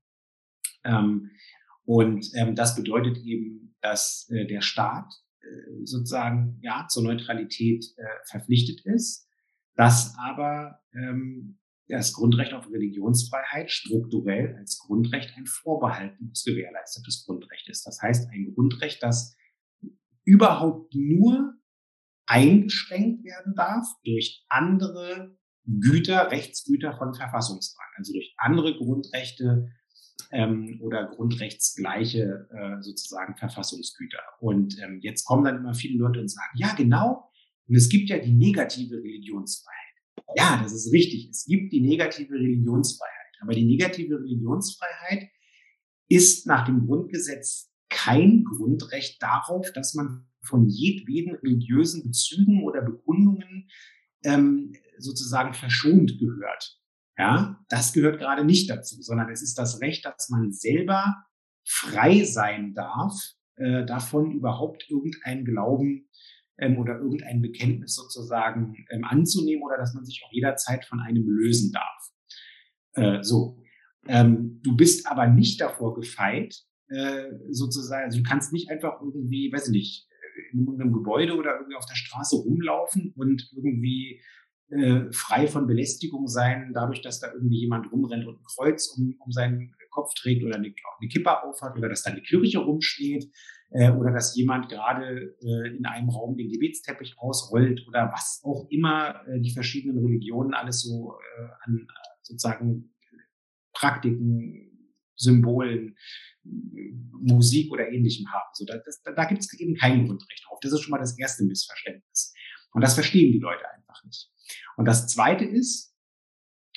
Das bedeutet eben, dass der Staat sozusagen ja zur Neutralität verpflichtet ist, dass aber das Grundrecht auf Religionsfreiheit strukturell als Grundrecht ein vorbehaltenes, gewährleistetes Grundrecht ist. Das heißt, ein Grundrecht, das überhaupt nur eingeschränkt werden darf durch andere Güter, Rechtsgüter von Verfassungsrang, also durch andere Grundrechte oder grundrechtsgleiche sozusagen Verfassungsgüter. Und jetzt kommen dann immer viele Leute und sagen, ja genau, und es gibt ja die negative Religionsfreiheit. Ja, das ist richtig, es gibt die negative Religionsfreiheit, aber die negative Religionsfreiheit ist nach dem Grundgesetz kein Grundrecht darauf, dass man von jedweden religiösen Bezügen oder Bekundungen sozusagen verschont gehört. Ja, das gehört gerade nicht dazu, sondern es ist das Recht, dass man selber frei sein darf, davon überhaupt irgendeinen Glauben oder irgendein Bekenntnis sozusagen anzunehmen oder dass man sich auch jederzeit von einem lösen darf. Du bist aber nicht davor gefeit, sozusagen, also du kannst nicht einfach irgendwie, weiß ich nicht, in einem Gebäude oder irgendwie auf der Straße rumlaufen und irgendwie frei von Belästigung sein, dadurch, dass da irgendwie jemand rumrennt und ein Kreuz um seinen Kopf trägt oder eine Kippa aufhat oder dass da eine Kirche rumsteht oder dass jemand gerade in einem Raum den Gebetsteppich ausrollt oder was auch immer die verschiedenen Religionen alles so an sozusagen Praktiken, Symbolen, Musik oder Ähnlichem haben. So, da gibt es eben kein Grundrecht drauf. Das ist schon mal das erste Missverständnis. Und das verstehen die Leute einfach nicht. Und das Zweite ist,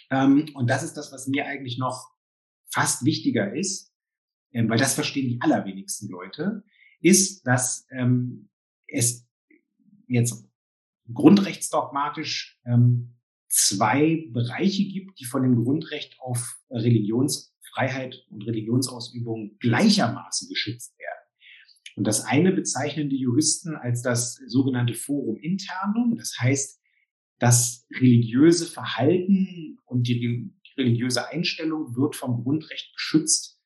Und das ist das, was mir eigentlich noch fast wichtiger ist, weil das verstehen die allerwenigsten Leute, ist, dass es jetzt grundrechtsdogmatisch zwei Bereiche gibt, die von dem Grundrecht auf Religionsfreiheit und Religionsausübung gleichermaßen geschützt werden. Und das eine bezeichnen die Juristen als das sogenannte Forum Internum. Das heißt, das religiöse Verhalten und die religiöse Einstellung wird vom Grundrecht geschützt,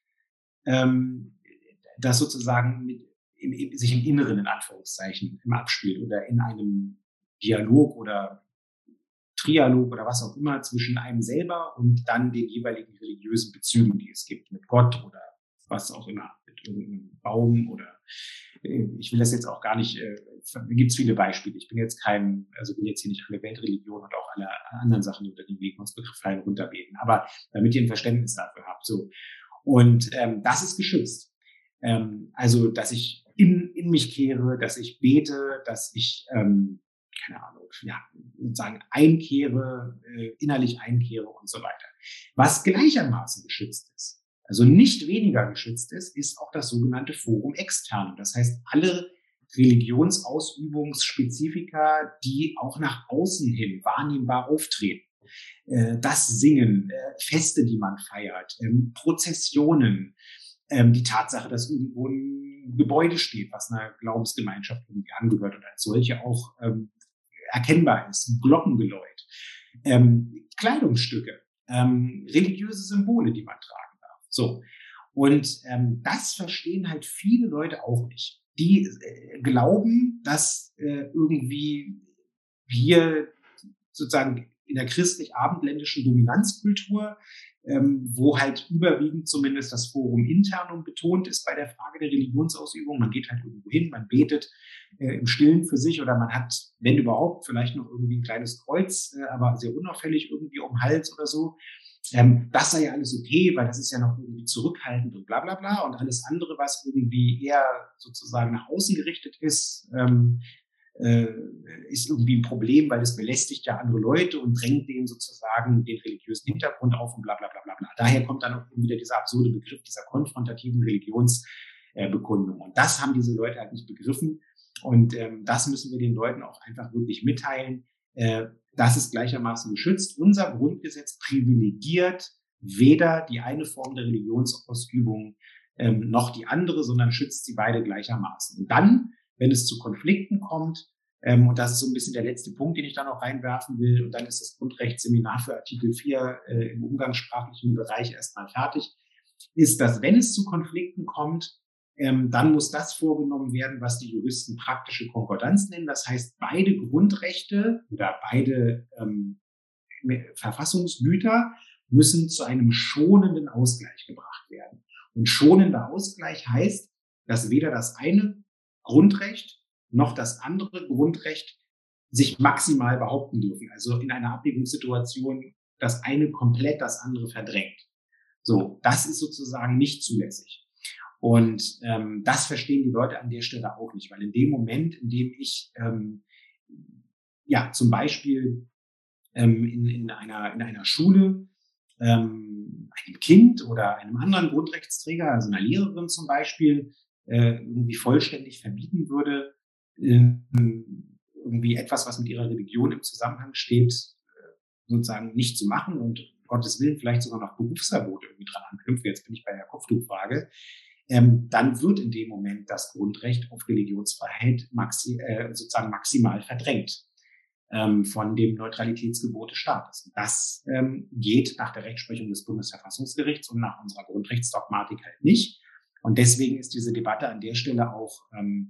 das sozusagen sich im Inneren, in Anführungszeichen, im abspielt oder in einem Dialog oder Trialog oder was auch immer zwischen einem selber und dann den jeweiligen religiösen Bezügen, die es gibt, mit Gott oder was auch immer, mit irgendeinem Baum oder ich will das jetzt auch gar nicht, gibt es viele Beispiele. Ich bin jetzt will jetzt hier nicht alle Weltreligionen und auch alle anderen Sachen, die unter den Religionsbegriff fallen, runterbeten. Aber damit ihr ein Verständnis dafür habt. So. Und das ist geschützt. Also, dass ich in mich kehre, dass ich bete, dass ich, keine Ahnung, sozusagen innerlich einkehre und so weiter. Was gleichermaßen geschützt ist, also nicht weniger geschützt ist auch das sogenannte Forum Externum. Das heißt, alle Religionsausübungsspezifika, die auch nach außen hin wahrnehmbar auftreten. Das Singen, Feste, die man feiert, Prozessionen, die Tatsache, dass irgendwo ein Gebäude steht, was einer Glaubensgemeinschaft irgendwie angehört und als solche auch erkennbar ist, Glockengeläut, Kleidungsstücke, religiöse Symbole, die man tragen darf. So. Und das verstehen halt viele Leute auch nicht. Die glauben, dass irgendwie wir sozusagen in der christlich-abendländischen Dominanzkultur, wo halt überwiegend zumindest das Forum Internum betont ist bei der Frage der Religionsausübung. Man geht halt irgendwo hin, man betet im Stillen für sich oder man hat, wenn überhaupt, vielleicht noch irgendwie ein kleines Kreuz, aber sehr unauffällig irgendwie um den Hals oder so. Das sei ja alles okay, weil das ist ja noch irgendwie zurückhaltend und bla bla bla. Und alles andere, was irgendwie eher sozusagen nach außen gerichtet ist, ist irgendwie ein Problem, weil es belästigt ja andere Leute und drängt denen sozusagen den religiösen Hintergrund auf und bla bla bla bla bla. Daher kommt dann auch wieder dieser absurde Begriff dieser konfrontativen Religionsbekundung. Und das haben diese Leute halt nicht begriffen. Und das müssen wir den Leuten auch einfach wirklich mitteilen. Das ist gleichermaßen geschützt. Unser Grundgesetz privilegiert weder die eine Form der Religionsausübung noch die andere, sondern schützt sie beide gleichermaßen. Und dann, wenn es zu Konflikten kommt, und das ist so ein bisschen der letzte Punkt, den ich da noch reinwerfen will, und dann ist das Grundrechtsseminar für Artikel 4 im umgangssprachlichen Bereich erstmal fertig, ist, dass wenn es zu Konflikten kommt, dann muss das vorgenommen werden, was die Juristen praktische Konkordanz nennen. Das heißt, beide Grundrechte oder beide Verfassungsgüter müssen zu einem schonenden Ausgleich gebracht werden. Und schonender Ausgleich heißt, dass weder das eine Grundrecht noch das andere Grundrecht sich maximal behaupten dürfen. Also in einer Abwägungssituation das eine komplett das andere verdrängt. So, das ist sozusagen nicht zulässig. Und das verstehen die Leute an der Stelle auch nicht, weil in dem Moment, in dem ich zum Beispiel in einer Schule einem Kind oder einem anderen Grundrechtsträger, also einer Lehrerin zum Beispiel, irgendwie vollständig verbieten würde, irgendwie etwas, was mit ihrer Religion im Zusammenhang steht, sozusagen nicht zu machen und um Gottes Willen vielleicht sogar noch Berufsverbot irgendwie dran anknüpfen, jetzt bin ich bei der Kopftuchfrage, dann wird in dem Moment das Grundrecht auf Religionsfreiheit sozusagen maximal verdrängt von dem Neutralitätsgebot des Staates. Und das geht nach der Rechtsprechung des Bundesverfassungsgerichts und nach unserer Grundrechtsdogmatik halt nicht. Und deswegen ist diese Debatte an der Stelle auch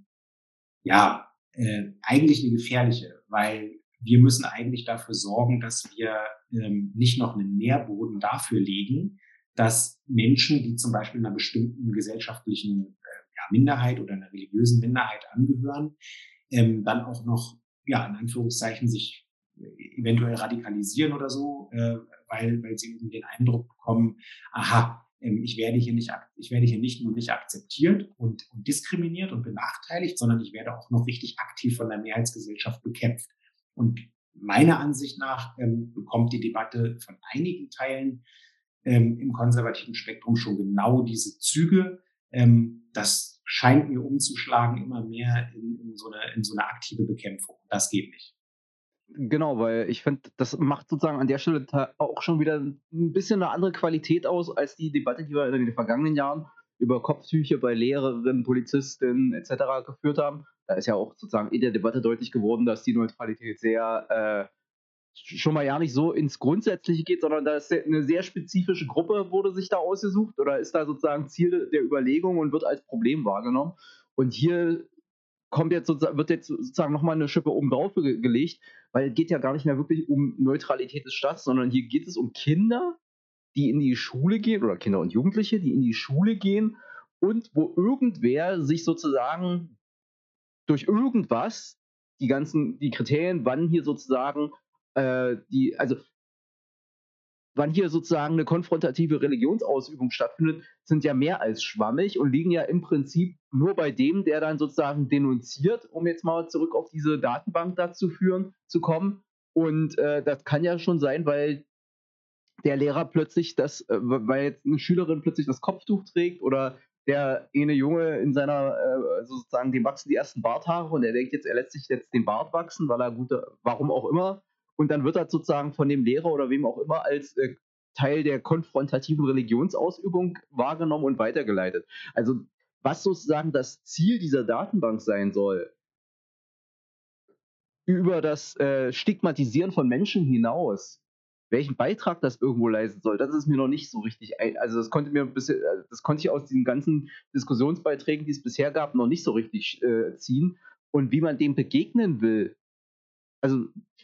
eigentlich eine gefährliche, weil wir müssen eigentlich dafür sorgen, dass wir nicht noch einen Nährboden dafür legen, dass Menschen, die zum Beispiel einer bestimmten gesellschaftlichen Minderheit oder einer religiösen Minderheit angehören, dann auch noch, in Anführungszeichen, sich eventuell radikalisieren oder so, weil sie irgendwie den Eindruck bekommen, ich werde hier nicht nur nicht akzeptiert und diskriminiert und benachteiligt, sondern ich werde auch noch richtig aktiv von der Mehrheitsgesellschaft bekämpft. Und meiner Ansicht nach bekommt die Debatte von einigen Teilen im konservativen Spektrum schon genau diese Züge. Das scheint mir umzuschlagen immer mehr in so eine aktive Bekämpfung. Das geht nicht. Genau, weil ich finde, das macht sozusagen an der Stelle auch schon wieder ein bisschen eine andere Qualität aus als die Debatte, die wir in den vergangenen Jahren über Kopftücher bei Lehrerinnen, Polizistinnen et cetera geführt haben. Da ist ja auch sozusagen in der Debatte deutlich geworden, dass die Neutralität sehr schon mal ja nicht so ins Grundsätzliche geht, sondern da ist eine sehr spezifische Gruppe wurde sich da ausgesucht oder ist da sozusagen Ziel der Überlegung und wird als Problem wahrgenommen. Und hier wird jetzt sozusagen nochmal eine Schippe oben drauf gelegt, weil es geht ja gar nicht mehr wirklich um Neutralität des Staates, sondern hier geht es um Kinder, die in die Schule gehen oder Kinder und Jugendliche, die in die Schule gehen und wo irgendwer sich sozusagen durch irgendwas die Kriterien, also wann hier sozusagen eine konfrontative Religionsausübung stattfindet, sind ja mehr als schwammig und liegen ja im Prinzip nur bei dem, der dann sozusagen denunziert, um jetzt mal zurück auf diese Datenbank zu kommen. Und das kann ja schon sein, weil der Lehrer weil jetzt eine Schülerin plötzlich das Kopftuch trägt oder der eine Junge in seiner, sozusagen, dem wachsen die ersten Barthaare und er denkt jetzt, er lässt sich jetzt den Bart wachsen, weil er warum auch immer. Und dann wird das sozusagen von dem Lehrer oder wem auch immer als Teil der konfrontativen Religionsausübung wahrgenommen und weitergeleitet. Also, was sozusagen das Ziel dieser Datenbank sein soll, über das Stigmatisieren von Menschen hinaus, welchen Beitrag das irgendwo leisten soll, das ist mir noch nicht so richtig also das konnte ich aus den ganzen Diskussionsbeiträgen, die es bisher gab, noch nicht so richtig ziehen. Und wie man dem begegnen will, also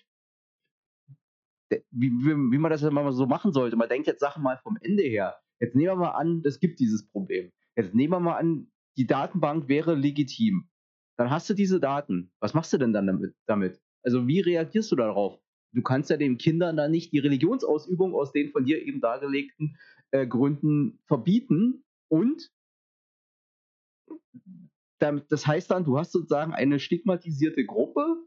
wie man das ja mal so machen sollte. Man denkt jetzt Sachen mal vom Ende her. Jetzt nehmen wir mal an, es gibt dieses Problem. Jetzt nehmen wir mal an, die Datenbank wäre legitim. Dann hast du diese Daten. Was machst du denn dann damit? Also wie reagierst du darauf? Du kannst ja den Kindern dann nicht die Religionsausübung aus den von dir eben dargelegten Gründen verbieten. Und das heißt dann, du hast sozusagen eine stigmatisierte Gruppe.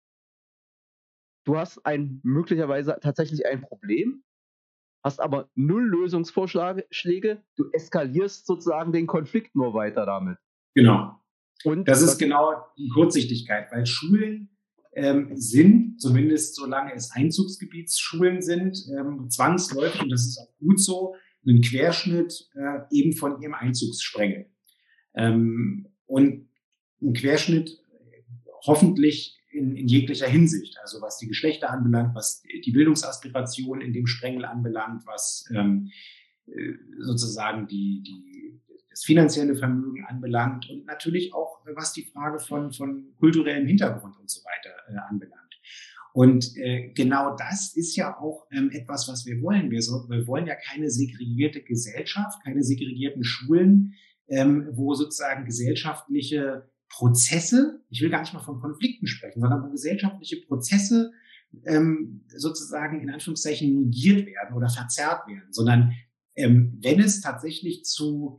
Du hast möglicherweise tatsächlich ein Problem, hast aber null Lösungsvorschläge, du eskalierst sozusagen den Konflikt nur weiter damit. Genau. Und das ist genau die Kurzsichtigkeit, weil Schulen sind, zumindest solange es Einzugsgebietsschulen sind, zwangsläufig, und das ist auch gut so, ein Querschnitt eben von ihrem Einzugssprengel. Und ein Querschnitt hoffentlich in jeglicher Hinsicht, also was die Geschlechter anbelangt, was die Bildungsaspiration in dem Sprengel anbelangt, was sozusagen das finanzielle Vermögen anbelangt und natürlich auch, was die Frage von kulturellem Hintergrund und so weiter anbelangt. Und genau das ist ja auch etwas, was wir wollen. Wir wollen ja keine segregierte Gesellschaft, keine segregierten Schulen, wo sozusagen gesellschaftliche Prozesse, ich will gar nicht mal von Konflikten sprechen, sondern wo gesellschaftliche Prozesse sozusagen in Anführungszeichen negiert werden oder verzerrt werden, sondern wenn es tatsächlich zu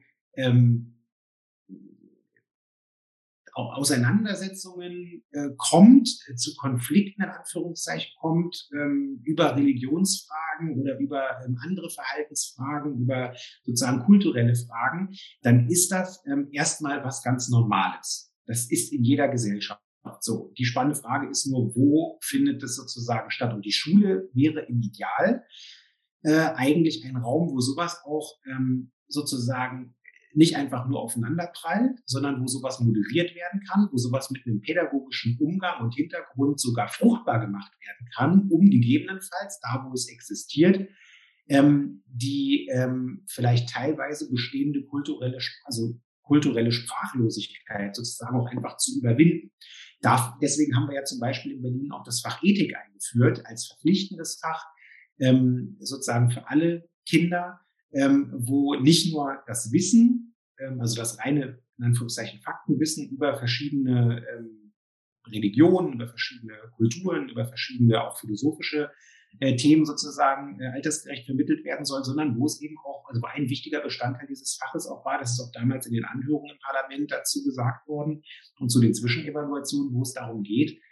Auseinandersetzungen kommt, zu Konflikten in Anführungszeichen kommt, über Religionsfragen oder über andere Verhaltensfragen, über sozusagen kulturelle Fragen, dann ist das erstmal was ganz Normales. Das ist in jeder Gesellschaft so. Die spannende Frage ist nur, wo findet das sozusagen statt? Und die Schule wäre im Ideal eigentlich ein Raum, wo sowas auch sozusagen nicht einfach nur aufeinander prallt, sondern wo sowas moderiert werden kann, wo sowas mit einem pädagogischen Umgang und Hintergrund sogar fruchtbar gemacht werden kann, um gegebenenfalls, da wo es existiert, die vielleicht teilweise bestehende kulturelle Sprachlosigkeit sozusagen auch einfach zu überwinden. Deswegen haben wir ja zum Beispiel in Berlin auch das Fach Ethik eingeführt als verpflichtendes Fach, sozusagen für alle Kinder, wo nicht nur das Wissen, also das reine, in Anführungszeichen, Faktenwissen über verschiedene Religionen, über verschiedene Kulturen, über verschiedene auch philosophische Themen sozusagen altersgerecht vermittelt werden soll, sondern wo es eben auch, also ein wichtiger Bestandteil dieses Faches auch war, das ist auch damals in den Anhörungen im Parlament dazu gesagt worden und zu den Zwischenevaluationen, wo es darum geht,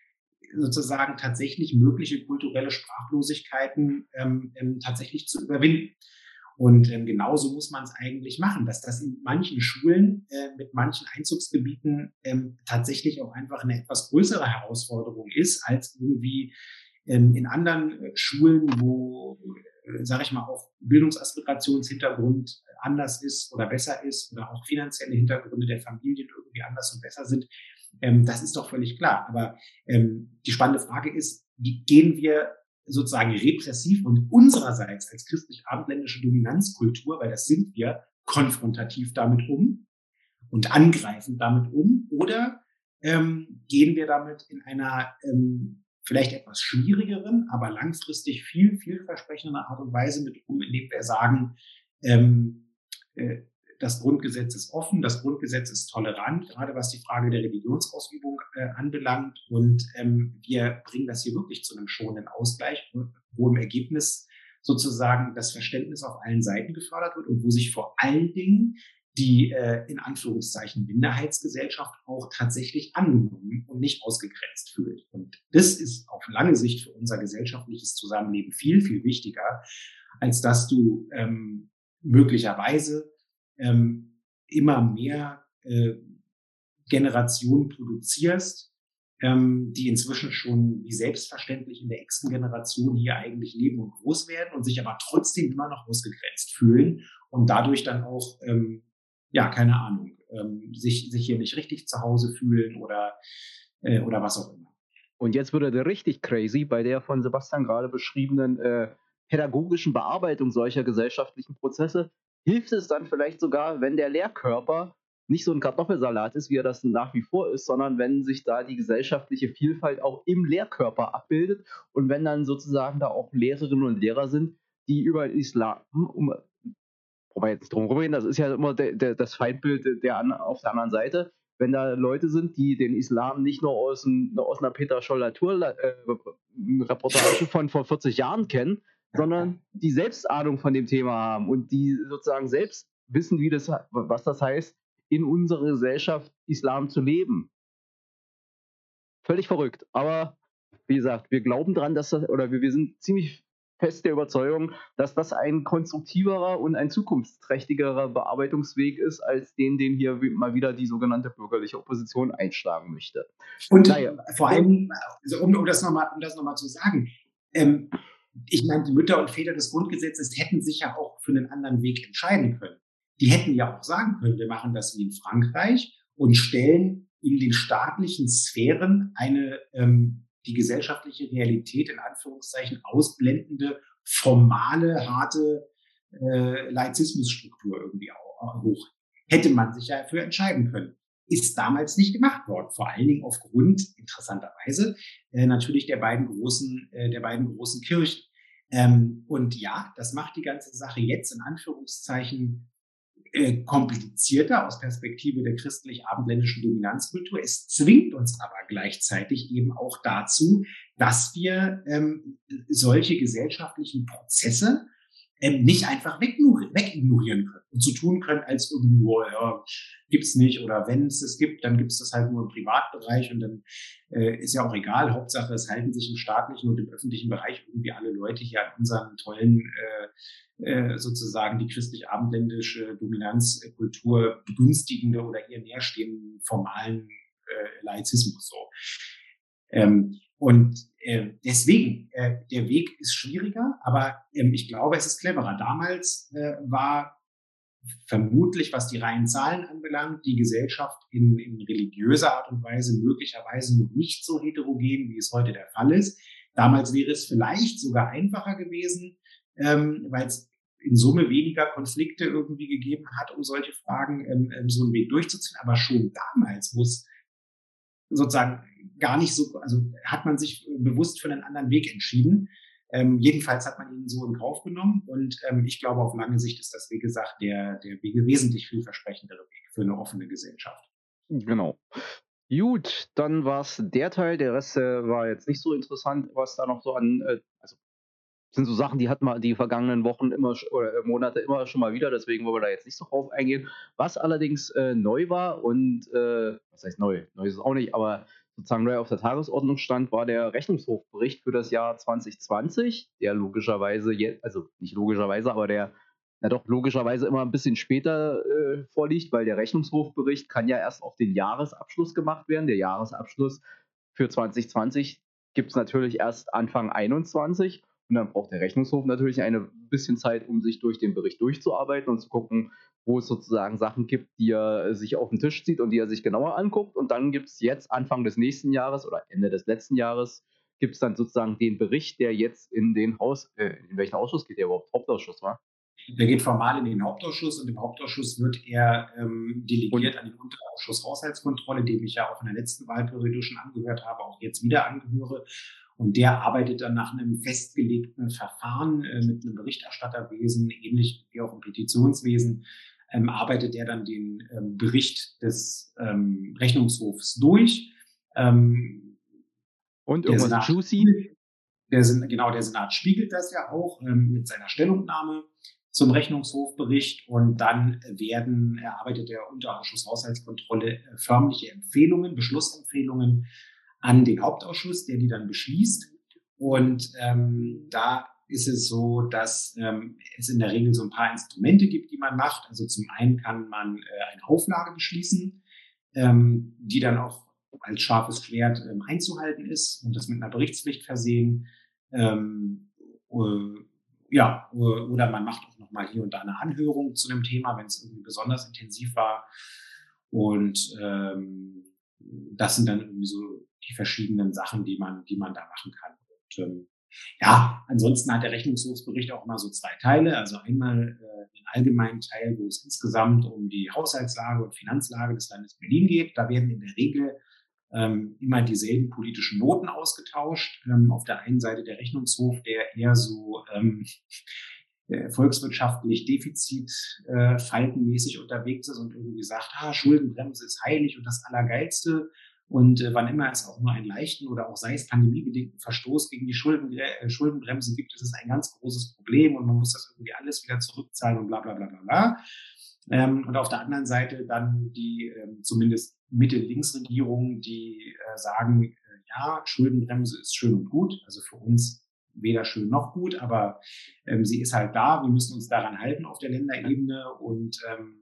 sozusagen tatsächlich mögliche kulturelle Sprachlosigkeiten tatsächlich zu überwinden. Und genauso muss man es eigentlich machen, dass das in manchen Schulen mit manchen Einzugsgebieten tatsächlich auch einfach eine etwas größere Herausforderung ist, als irgendwie in anderen Schulen, wo, sage ich mal, auch Bildungsaspirationshintergrund anders ist oder besser ist oder auch finanzielle Hintergründe der Familien irgendwie anders und besser sind. Das ist doch völlig klar. Aber die spannende Frage ist, wie gehen wir sozusagen repressiv und unsererseits als christlich-abendländische Dominanzkultur, weil das sind wir, konfrontativ damit um und angreifend damit um? Oder gehen wir damit in einer vielleicht etwas schwierigeren, aber langfristig vielversprechenderen Art und Weise mit um, indem wir sagen, äh, das Grundgesetz ist offen, das Grundgesetz ist tolerant, gerade was die Frage der Religionsausübung anbelangt. Und wir bringen das hier wirklich zu einem schonenden Ausgleich, wo im Ergebnis sozusagen das Verständnis auf allen Seiten gefördert wird und wo sich vor allen Dingen die in Anführungszeichen Minderheitsgesellschaft auch tatsächlich angenommen und nicht ausgegrenzt fühlt. Und das ist auf lange Sicht für unser gesellschaftliches Zusammenleben viel wichtiger, als dass du möglicherweise immer mehr Generationen produzierst, die inzwischen schon wie selbstverständlich in der x-ten Generation hier eigentlich leben und groß werden und sich aber trotzdem immer noch ausgegrenzt fühlen und dadurch dann auch, ja, keine Ahnung, sich hier nicht richtig zu Hause fühlen oder was auch immer. Und jetzt wird er richtig crazy bei der von Sebastian gerade beschriebenen pädagogischen Bearbeitung solcher gesellschaftlichen Prozesse. Hilft es dann vielleicht sogar, wenn der Lehrkörper nicht so ein Kartoffelsalat ist, wie er das nach wie vor ist, sondern wenn sich da die gesellschaftliche Vielfalt auch im Lehrkörper abbildet und wenn dann sozusagen da auch Lehrerinnen und Lehrer sind, die über Islam, wobei jetzt drum rumreden, das ist ja immer das Feindbild auf der anderen Seite, wenn da Leute sind, die den Islam nicht nur aus einer Peter Scholl-Latour-Reportage von vor 40 Jahren kennen, sondern die selbst Ahnung von dem Thema haben und die sozusagen selbst wissen, was das heißt, in unserer Gesellschaft Islam zu leben. Völlig verrückt. Aber wie gesagt, wir glauben dran, wir sind ziemlich fest der Überzeugung, dass das ein konstruktiverer und ein zukunftsträchtigerer Bearbeitungsweg ist, als den hier mal wieder die sogenannte bürgerliche Opposition einschlagen möchte. Und vor allem, also um das nochmal zu sagen, ich meine, die Mütter und Väter des Grundgesetzes hätten sich ja auch für einen anderen Weg entscheiden können. Die hätten ja auch sagen können, wir machen das wie in Frankreich und stellen in den staatlichen Sphären die gesellschaftliche Realität in Anführungszeichen ausblendende, formale, harte Laizismusstruktur irgendwie hoch. Hätte man sich ja dafür entscheiden können. Ist damals nicht gemacht worden, vor allen Dingen aufgrund, interessanterweise, natürlich der beiden großen Kirchen. Und ja, das macht die ganze Sache jetzt in Anführungszeichen komplizierter aus Perspektive der christlich-abendländischen Dominanzkultur. Es zwingt uns aber gleichzeitig eben auch dazu, dass wir solche gesellschaftlichen Prozesse nicht einfach wegignorieren können und so tun können, als irgendwie, oh, ja, gibt's nicht, oder wenn es gibt, dann gibt's das halt nur im Privatbereich und dann ist ja auch egal. Hauptsache, es halten sich im staatlichen und im öffentlichen Bereich irgendwie alle Leute hier an unseren tollen sozusagen die christlich-abendländische Dominanzkultur begünstigende oder ihr näherstehenden formalen Laizismus so. Und deswegen, der Weg ist schwieriger, aber ich glaube, es ist cleverer. Damals war vermutlich, was die reinen Zahlen anbelangt, die Gesellschaft in religiöser Art und Weise möglicherweise noch nicht so heterogen, wie es heute der Fall ist. Damals wäre es vielleicht sogar einfacher gewesen, weil es in Summe weniger Konflikte irgendwie gegeben hat, um solche Fragen so einen Weg durchzuziehen. Aber schon damals, wo es sozusagen gar nicht so, also hat man sich bewusst für einen anderen Weg entschieden. Jedenfalls hat man ihn so in Kauf genommen und ich glaube, auf lange Sicht ist das, wie gesagt, der wesentlich vielversprechendere Weg für eine offene Gesellschaft. Genau. Gut, dann war es der Teil. Der Rest war jetzt nicht so interessant, was da noch so also sind so Sachen, die hatten wir die vergangenen Wochen oder Monate immer schon mal wieder, deswegen wollen wir da jetzt nicht so drauf eingehen. Was allerdings neu war und was heißt neu? Neu ist es auch nicht, aber sozusagen neu auf der Tagesordnung stand, war der Rechnungshofbericht für das Jahr 2020, der logischerweise, also nicht logischerweise, aber der doch logischerweise immer ein bisschen später vorliegt, weil der Rechnungshofbericht kann ja erst auf den Jahresabschluss gemacht werden. Der Jahresabschluss für 2020 gibt es natürlich erst Anfang 21 und dann braucht der Rechnungshof natürlich ein bisschen Zeit, um sich durch den Bericht durchzuarbeiten und zu gucken, wo es sozusagen Sachen gibt, die er sich auf den Tisch zieht und die er sich genauer anguckt. Und dann gibt es jetzt Anfang des nächsten Jahres oder Ende des letzten Jahres gibt es dann sozusagen den Bericht, der jetzt in welchen Ausschuss geht der überhaupt? Hauptausschuss, war? Der geht formal in den Hauptausschuss und im Hauptausschuss wird er delegiert an den Unterausschuss Haushaltskontrolle, dem ich ja auch in der letzten Wahlperiode schon angehört habe, auch jetzt wieder angehöre. Und der arbeitet dann nach einem festgelegten Verfahren mit einem Berichterstatterwesen, ähnlich wie auch im Petitionswesen, arbeitet er dann den Bericht des Rechnungshofs durch. Und irgendwas juicy? Der Senat spiegelt das ja auch mit seiner Stellungnahme zum Rechnungshofbericht und dann erarbeitet der Unterausschuss Haushaltskontrolle förmliche Empfehlungen, Beschlussempfehlungen an den Hauptausschuss, der die dann beschließt. Und da ist es so, dass es in der Regel so ein paar Instrumente gibt, die man macht. Also zum einen kann man eine Auflage beschließen, die dann auch als scharfes Schwert einzuhalten ist und das mit einer Berichtspflicht versehen. Oder man macht auch nochmal hier und da eine Anhörung zu einem Thema, wenn es irgendwie besonders intensiv war. Und das sind dann irgendwie so die verschiedenen Sachen, die man da machen kann. Und ansonsten hat der Rechnungshofsbericht auch immer so zwei Teile. Also einmal einen allgemeinen Teil, wo es insgesamt um die Haushaltslage und Finanzlage des Landes Berlin geht. Da werden in der Regel immer dieselben politischen Noten ausgetauscht. Auf der einen Seite der Rechnungshof, der eher so volkswirtschaftlich defizitfaltenmäßig unterwegs ist und irgendwie sagt, Schuldenbremse ist heilig und das Allergeilste. Und wann immer es auch nur einen leichten oder auch sei es pandemiebedingten Verstoß gegen die Schuldenbremse gibt, ist es ein ganz großes Problem und man muss das irgendwie alles wieder zurückzahlen und bla bla bla bla bla. Und auf der anderen Seite dann die zumindest Mitte-Links-Regierungen, die sagen, Schuldenbremse ist schön und gut, also für uns weder schön noch gut, aber sie ist halt da, wir müssen uns daran halten auf der Länderebene und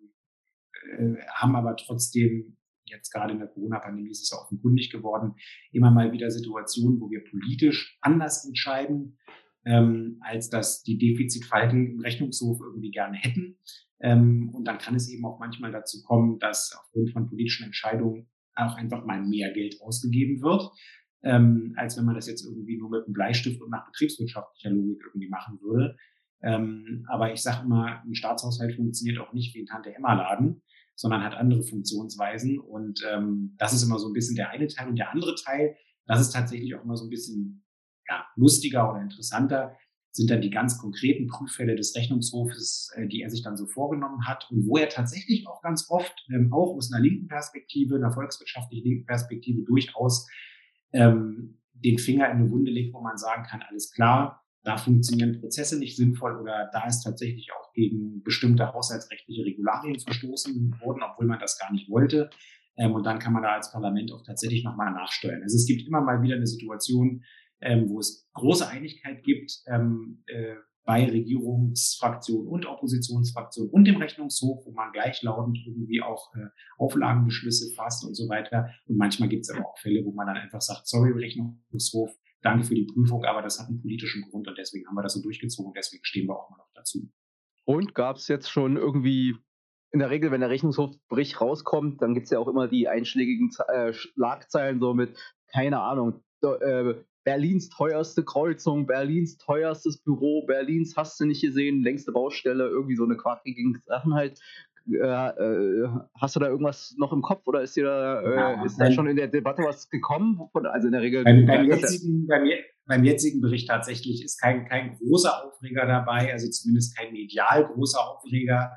haben aber trotzdem, jetzt gerade in der Corona-Pandemie ist es auch offenkundig geworden, immer mal wieder Situationen, wo wir politisch anders entscheiden, als das die Defizitfalten im Rechnungshof irgendwie gerne hätten. Und dann kann es eben auch manchmal dazu kommen, dass aufgrund von politischen Entscheidungen auch einfach mal mehr Geld ausgegeben wird, als wenn man das jetzt irgendwie nur mit einem Bleistift und nach betriebswirtschaftlicher Logik irgendwie machen würde. Aber ich sage immer, ein Staatshaushalt funktioniert auch nicht wie ein Tante-Emma-Laden, sondern hat andere Funktionsweisen. Und das ist immer so ein bisschen der eine Teil. Und der andere Teil, das ist tatsächlich auch immer so ein bisschen lustiger oder interessanter, sind dann die ganz konkreten Prüffälle des Rechnungshofes, die er sich dann so vorgenommen hat und wo er tatsächlich auch ganz oft, auch aus einer linken Perspektive, einer volkswirtschaftlich linken Perspektive durchaus den Finger in eine Wunde legt, wo man sagen kann, alles klar, da funktionieren Prozesse nicht sinnvoll oder da ist tatsächlich auch gegen bestimmte haushaltsrechtliche Regularien verstoßen worden, obwohl man das gar nicht wollte. Und dann kann man da als Parlament auch tatsächlich nochmal nachsteuern. Also es gibt immer mal wieder eine Situation, wo es große Einigkeit gibt bei Regierungsfraktion und Oppositionsfraktion und dem Rechnungshof, wo man gleichlautend irgendwie auch Auflagenbeschlüsse fasst und so weiter. Und manchmal gibt es aber auch Fälle, wo man dann einfach sagt, sorry, Rechnungshof, danke für die Prüfung, aber das hat einen politischen Grund und deswegen haben wir das so durchgezogen und deswegen stehen wir auch immer noch dazu. Und gab es jetzt schon irgendwie, in der Regel, wenn der Rechnungshofbericht rauskommt, dann gibt es ja auch immer die einschlägigen Schlagzeilen so mit, keine Ahnung, Berlins teuerste Kreuzung, Berlins teuerstes Büro, Berlins hast du nicht gesehen, längste Baustelle, irgendwie so eine quakigen Sachen halt. Hast du da irgendwas noch im Kopf oder ist da schon in der Debatte was gekommen? Also in der Regel. Beim jetzigen Bericht tatsächlich ist kein großer Aufreger dabei, also zumindest kein medial großer Aufreger.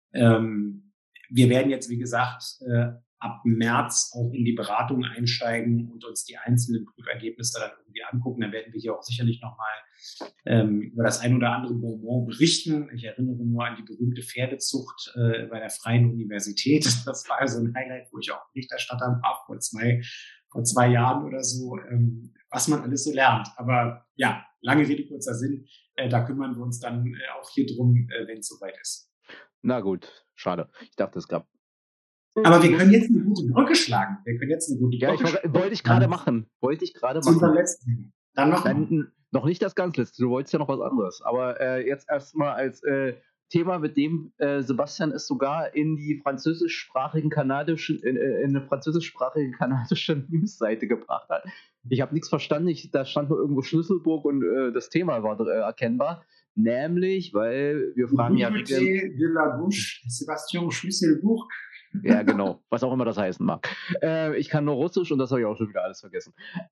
Wir werden jetzt, wie gesagt, ab März auch in die Beratung einsteigen und uns die einzelnen Prüfergebnisse dann irgendwie angucken. Dann werden wir hier auch sicherlich nochmal über das ein oder andere Bonbon berichten. Ich erinnere nur an die berühmte Pferdezucht bei der Freien Universität. Das war also ein Highlight, wo ich auch Berichterstatter war vor vor 2 Jahren oder so, was man alles so lernt. Aber ja, lange Rede, kurzer Sinn, da kümmern wir uns dann auch hier drum, wenn es soweit ist. Na gut, schade. Ich dachte, es gab Aber wir können jetzt eine gute Brücke schlagen. Wir können jetzt eine gute ja, Brücke wollte ich gerade machen. Wollte ich gerade zu unserem machen. letzten Thema. Dann machen wir. Dann noch nicht das ganz letzte, du wolltest ja noch was anderes. Aber jetzt erstmal als Thema, mit dem Sebastian es sogar in die französischsprachigen kanadischen, in eine französischsprachige kanadische Newsseite gebracht hat. Ich habe nichts verstanden, da stand nur irgendwo Schlüsselburg und das Thema war erkennbar. Nämlich, weil wir fragen ja de la Bouche, Sebastian Schlüsselburg. Ja, genau, was auch immer das heißen mag. Ich kann nur Russisch und das habe ich auch schon wieder alles vergessen.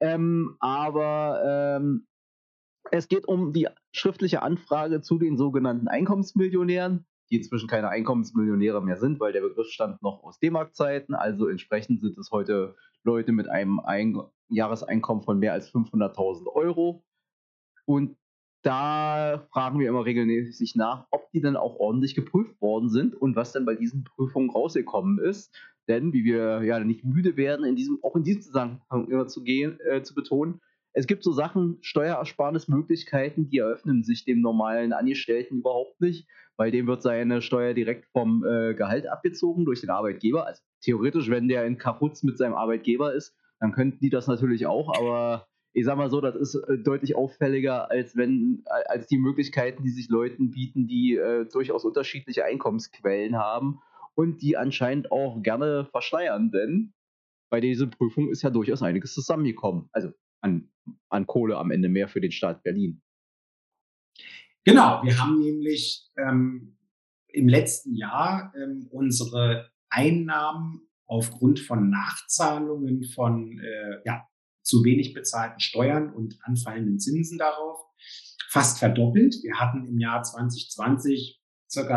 Aber es geht um die schriftliche Anfrage zu den sogenannten Einkommensmillionären, die inzwischen keine Einkommensmillionäre mehr sind, weil der Begriff stammt noch aus D-Mark-Zeiten. Also entsprechend sind es heute Leute mit einem Jahreseinkommen von mehr als 500.000 Euro. Und da fragen wir immer regelmäßig nach, ob die dann auch ordentlich geprüft worden sind und was dann bei diesen Prüfungen rausgekommen ist. Denn, wie wir ja nicht müde werden, auch in diesem Zusammenhang immer zu betonen, es gibt so Sachen, Steuerersparnismöglichkeiten, die eröffnen sich dem normalen Angestellten überhaupt nicht, weil dem wird seine Steuer direkt vom Gehalt abgezogen durch den Arbeitgeber. Also theoretisch, wenn der in Kahutz mit seinem Arbeitgeber ist, dann könnten die das natürlich auch, aber ich sag mal so, das ist deutlich auffälliger, als die Möglichkeiten, die sich Leuten bieten, die durchaus unterschiedliche Einkommensquellen haben und die anscheinend auch gerne verschleiern, denn bei dieser Prüfung ist ja durchaus einiges zusammengekommen. Also an Kohle am Ende mehr für den Staat Berlin. Genau, wir haben nämlich im letzten Jahr unsere Einnahmen aufgrund von Nachzahlungen von zu wenig bezahlten Steuern und anfallenden Zinsen darauf fast verdoppelt. Wir hatten im Jahr 2020 circa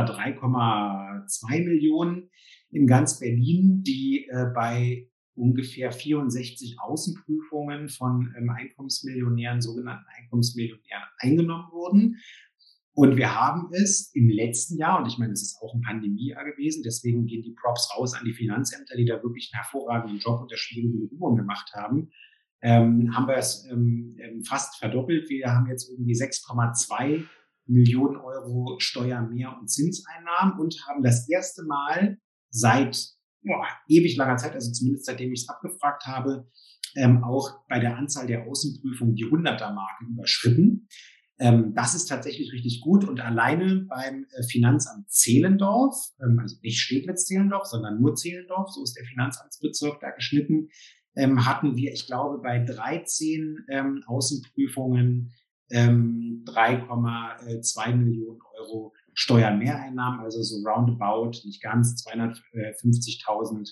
3,2 Millionen in ganz Berlin, die bei ungefähr 64 Außenprüfungen von Einkommensmillionären, sogenannten Einkommensmillionären eingenommen wurden. Und wir haben es im letzten Jahr, und ich meine, es ist auch ein Pandemiejahr gewesen, deswegen gehen die Props raus an die Finanzämter, die da wirklich einen hervorragenden Job unter schwierigen Bedingungen gemacht haben, haben wir es fast verdoppelt. Wir haben jetzt irgendwie 6,2 Millionen Euro Steuer mehr und Zinseinnahmen und haben das erste Mal seit ewig langer Zeit, also zumindest seitdem ich es abgefragt habe, auch bei der Anzahl der Außenprüfungen die 100er-Marke überschritten. Das ist tatsächlich richtig gut und alleine beim Finanzamt Zehlendorf, also nicht Steglitz-Zehlendorf, sondern nur Zehlendorf, so ist der Finanzamtsbezirk da geschnitten, hatten wir, ich glaube, bei 13 Außenprüfungen 3,2 Millionen Euro Steuermehreinnahmen, also so roundabout, nicht ganz, 250.000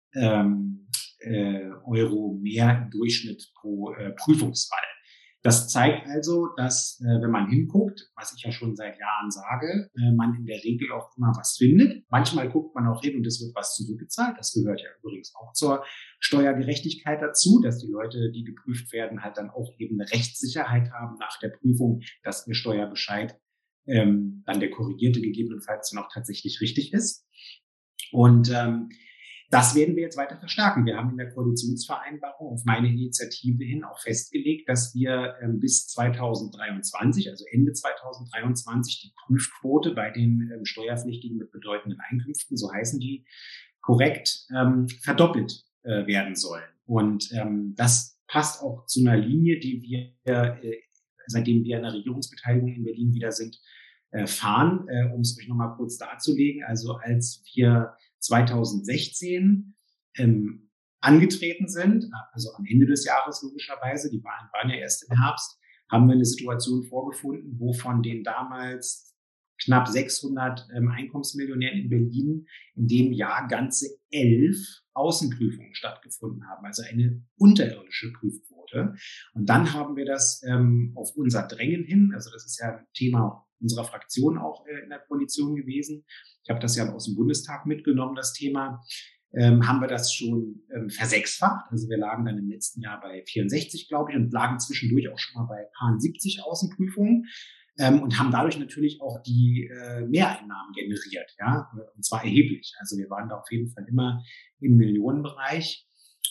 Euro mehr im Durchschnitt pro Prüfungsfall. Das zeigt also, dass, wenn man hinguckt, was ich ja schon seit Jahren sage, man in der Regel auch immer was findet. Manchmal guckt man auch hin und es wird was zurückgezahlt. Das gehört ja übrigens auch zur Steuergerechtigkeit dazu, dass die Leute, die geprüft werden, halt dann auch eben eine Rechtssicherheit haben nach der Prüfung, dass ihr Steuerbescheid dann der korrigierte gegebenenfalls dann auch tatsächlich richtig ist. Und das werden wir jetzt weiter verstärken. Wir haben in der Koalitionsvereinbarung auf meine Initiative hin auch festgelegt, dass wir bis 2023, also Ende 2023, die Prüfquote bei den Steuerpflichtigen mit bedeutenden Einkünften, so heißen die, korrekt verdoppelt werden sollen. Und das passt auch zu einer Linie, die wir, seitdem wir in der Regierungsbeteiligung in Berlin wieder sind, fahren, um es euch nochmal kurz darzulegen. Also als wir 2016 angetreten sind, also am Ende des Jahres logischerweise, die Wahlen waren ja erst im Herbst, haben wir eine Situation vorgefunden, wo von den damals knapp 600 Einkommensmillionären in Berlin in dem Jahr ganze 11 Außenprüfungen stattgefunden haben, also eine unterirdische Prüfquote. Und dann haben wir das auf unser Drängen hin, also das ist ja ein Thema unserer Fraktion auch in der Koalition gewesen. Ich habe das ja aus dem Bundestag mitgenommen, das Thema. Haben wir das schon versechsfacht. Also wir lagen dann im letzten Jahr bei 64, glaube ich, und lagen zwischendurch auch schon mal bei 70 Außenprüfungen und haben dadurch natürlich auch die Mehreinnahmen generiert, ja, und zwar erheblich. Also wir waren da auf jeden Fall immer im Millionenbereich.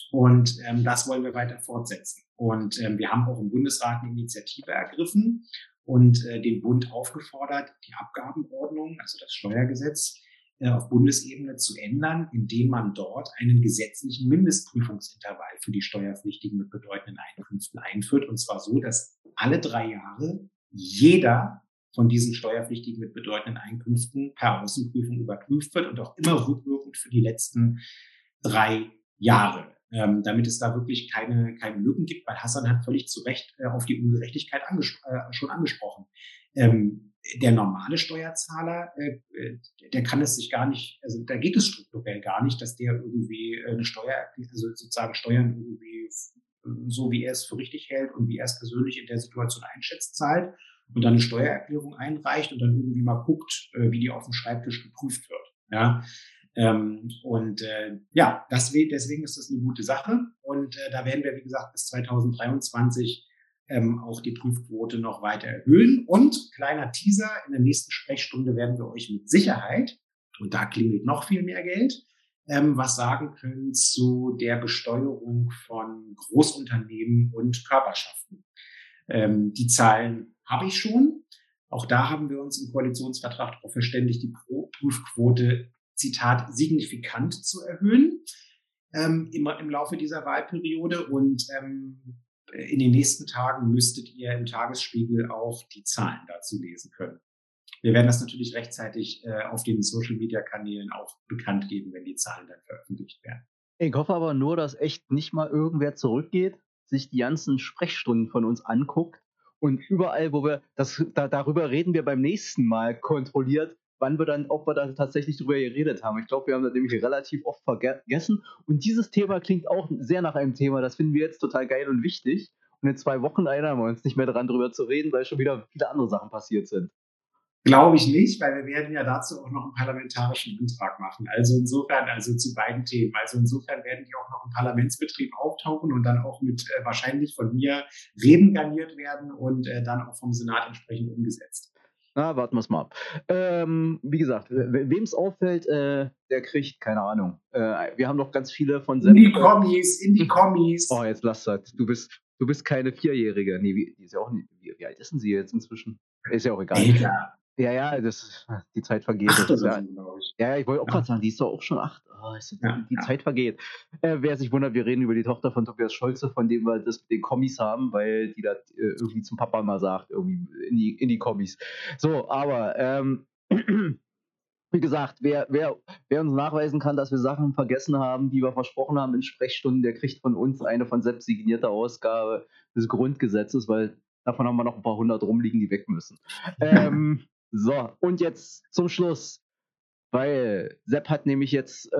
Und das wollen wir weiter fortsetzen. Und wir haben auch im Bundesrat eine Initiative ergriffen und den Bund aufgefordert, die Abgabenordnung, also das Steuergesetz, auf Bundesebene zu ändern, indem man dort einen gesetzlichen Mindestprüfungsintervall für die Steuerpflichtigen mit bedeutenden Einkünften einführt. Und zwar so, dass alle 3 Jahre jeder von diesen Steuerpflichtigen mit bedeutenden Einkünften per Außenprüfung überprüft wird und auch immer rückwirkend für die letzten 3 Jahre. Damit es da wirklich keine Lücken gibt, weil Hassan hat völlig zu Recht auf die Ungerechtigkeit schon angesprochen. Der normale Steuerzahler, der kann es sich gar nicht, also da geht es strukturell gar nicht, dass der irgendwie eine also sozusagen Steuern irgendwie so, wie er es für richtig hält und wie er es persönlich in der Situation einschätzt, zahlt und dann eine Steuererklärung einreicht und dann irgendwie mal guckt, wie die auf dem Schreibtisch geprüft wird. Ja. Deswegen ist das eine gute Sache. Und da werden wir, wie gesagt, bis 2023 auch die Prüfquote noch weiter erhöhen. Und kleiner Teaser, in der nächsten Sprechstunde werden wir euch mit Sicherheit, und da klingelt noch viel mehr Geld, was sagen können zu der Besteuerung von Großunternehmen und Körperschaften. Die Zahlen habe ich schon. Auch da haben wir uns im Koalitionsvertrag darauf verständigt, die Prüfquote, Zitat, signifikant zu erhöhen im Laufe dieser Wahlperiode. Und in den nächsten Tagen müsstet ihr im Tagesspiegel auch die Zahlen dazu lesen können. Wir werden das natürlich rechtzeitig auf den Social-Media-Kanälen auch bekannt geben, wenn die Zahlen dann veröffentlicht werden. Ich hoffe aber nur, dass echt nicht mal irgendwer zurückgeht, sich die ganzen Sprechstunden von uns anguckt und überall, wo wir darüber reden wir beim nächsten Mal kontrolliert, ob wir da tatsächlich drüber geredet haben. Ich glaube, wir haben das nämlich relativ oft vergessen. Und dieses Thema klingt auch sehr nach einem Thema, das finden wir jetzt total geil und wichtig. Und in 2 Wochen erinnern wir uns nicht mehr daran, drüber zu reden, weil schon wieder viele andere Sachen passiert sind. Glaube ich nicht, weil wir werden ja dazu auch noch einen parlamentarischen Antrag machen. Also insofern, also zu beiden Themen. Also insofern werden die auch noch im Parlamentsbetrieb auftauchen und dann auch mit wahrscheinlich von mir Reden garniert werden und dann auch vom Senat entsprechend umgesetzt. Na, warten wir es mal ab. Wie gesagt, wem es auffällt, der kriegt, keine Ahnung. Wir haben noch ganz viele von in die Kommis. Oh, jetzt lass das. Du bist keine 4-Jährige. Nee, die ist ja auch nicht. Wie alt ist denn sie jetzt inzwischen? Ist ja auch egal. Ja, die Zeit vergeht. Ja, ich wollte auch gerade sagen, die ist doch auch schon 8. Oh, die Zeit vergeht. Wer sich wundert, wir reden über die Tochter von Tobias Scholze, von dem wir das mit den Kommis haben, weil die das irgendwie zum Papa mal sagt, irgendwie in die Kommis. So, aber wie gesagt, wer uns nachweisen kann, dass wir Sachen vergessen haben, die wir versprochen haben in Sprechstunden, der kriegt von uns eine von Sepp signierte Ausgabe des Grundgesetzes, weil davon haben wir noch ein paar 100 rumliegen, die weg müssen. So, und jetzt zum Schluss, weil Sepp hat nämlich jetzt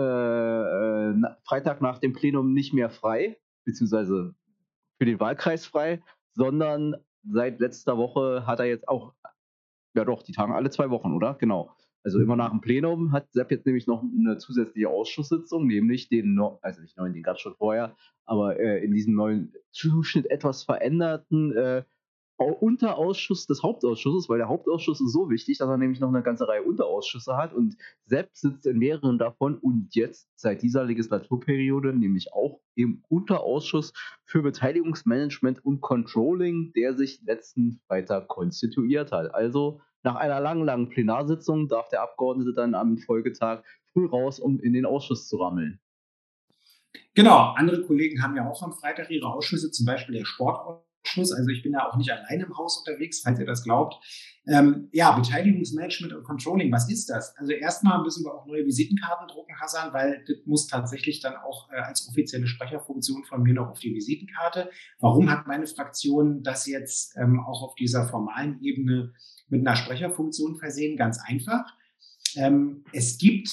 Freitag nach dem Plenum nicht mehr frei, beziehungsweise für den Wahlkreis frei, sondern seit letzter Woche hat er jetzt auch, ja doch, die tagen alle 2 Wochen, oder? Genau. Also immer nach dem Plenum hat Sepp jetzt nämlich noch eine zusätzliche Ausschusssitzung, nämlich den gab es schon vorher, aber in diesem neuen Zuschnitt etwas veränderten Unterausschuss des Hauptausschusses, weil der Hauptausschuss ist so wichtig, dass er nämlich noch eine ganze Reihe Unterausschüsse hat und Sepp sitzt in mehreren davon und jetzt seit dieser Legislaturperiode nämlich auch im Unterausschuss für Beteiligungsmanagement und Controlling, der sich letzten Freitag konstituiert hat. Also nach einer langen Plenarsitzung darf der Abgeordnete dann am Folgetag früh raus, um in den Ausschuss zu rammeln. Genau, andere Kollegen haben ja auch am Freitag ihre Ausschüsse, zum Beispiel der Sportausschuss. Also ich bin ja auch nicht alleine im Haus unterwegs, falls ihr das glaubt. Beteiligungsmanagement und Controlling, was ist das? Also erstmal müssen wir auch neue Visitenkarten drucken, Hassan, weil das muss tatsächlich dann auch als offizielle Sprecherfunktion von mir noch auf die Visitenkarte. Warum hat meine Fraktion das jetzt auch auf dieser formalen Ebene mit einer Sprecherfunktion versehen? Ganz einfach. Es gibt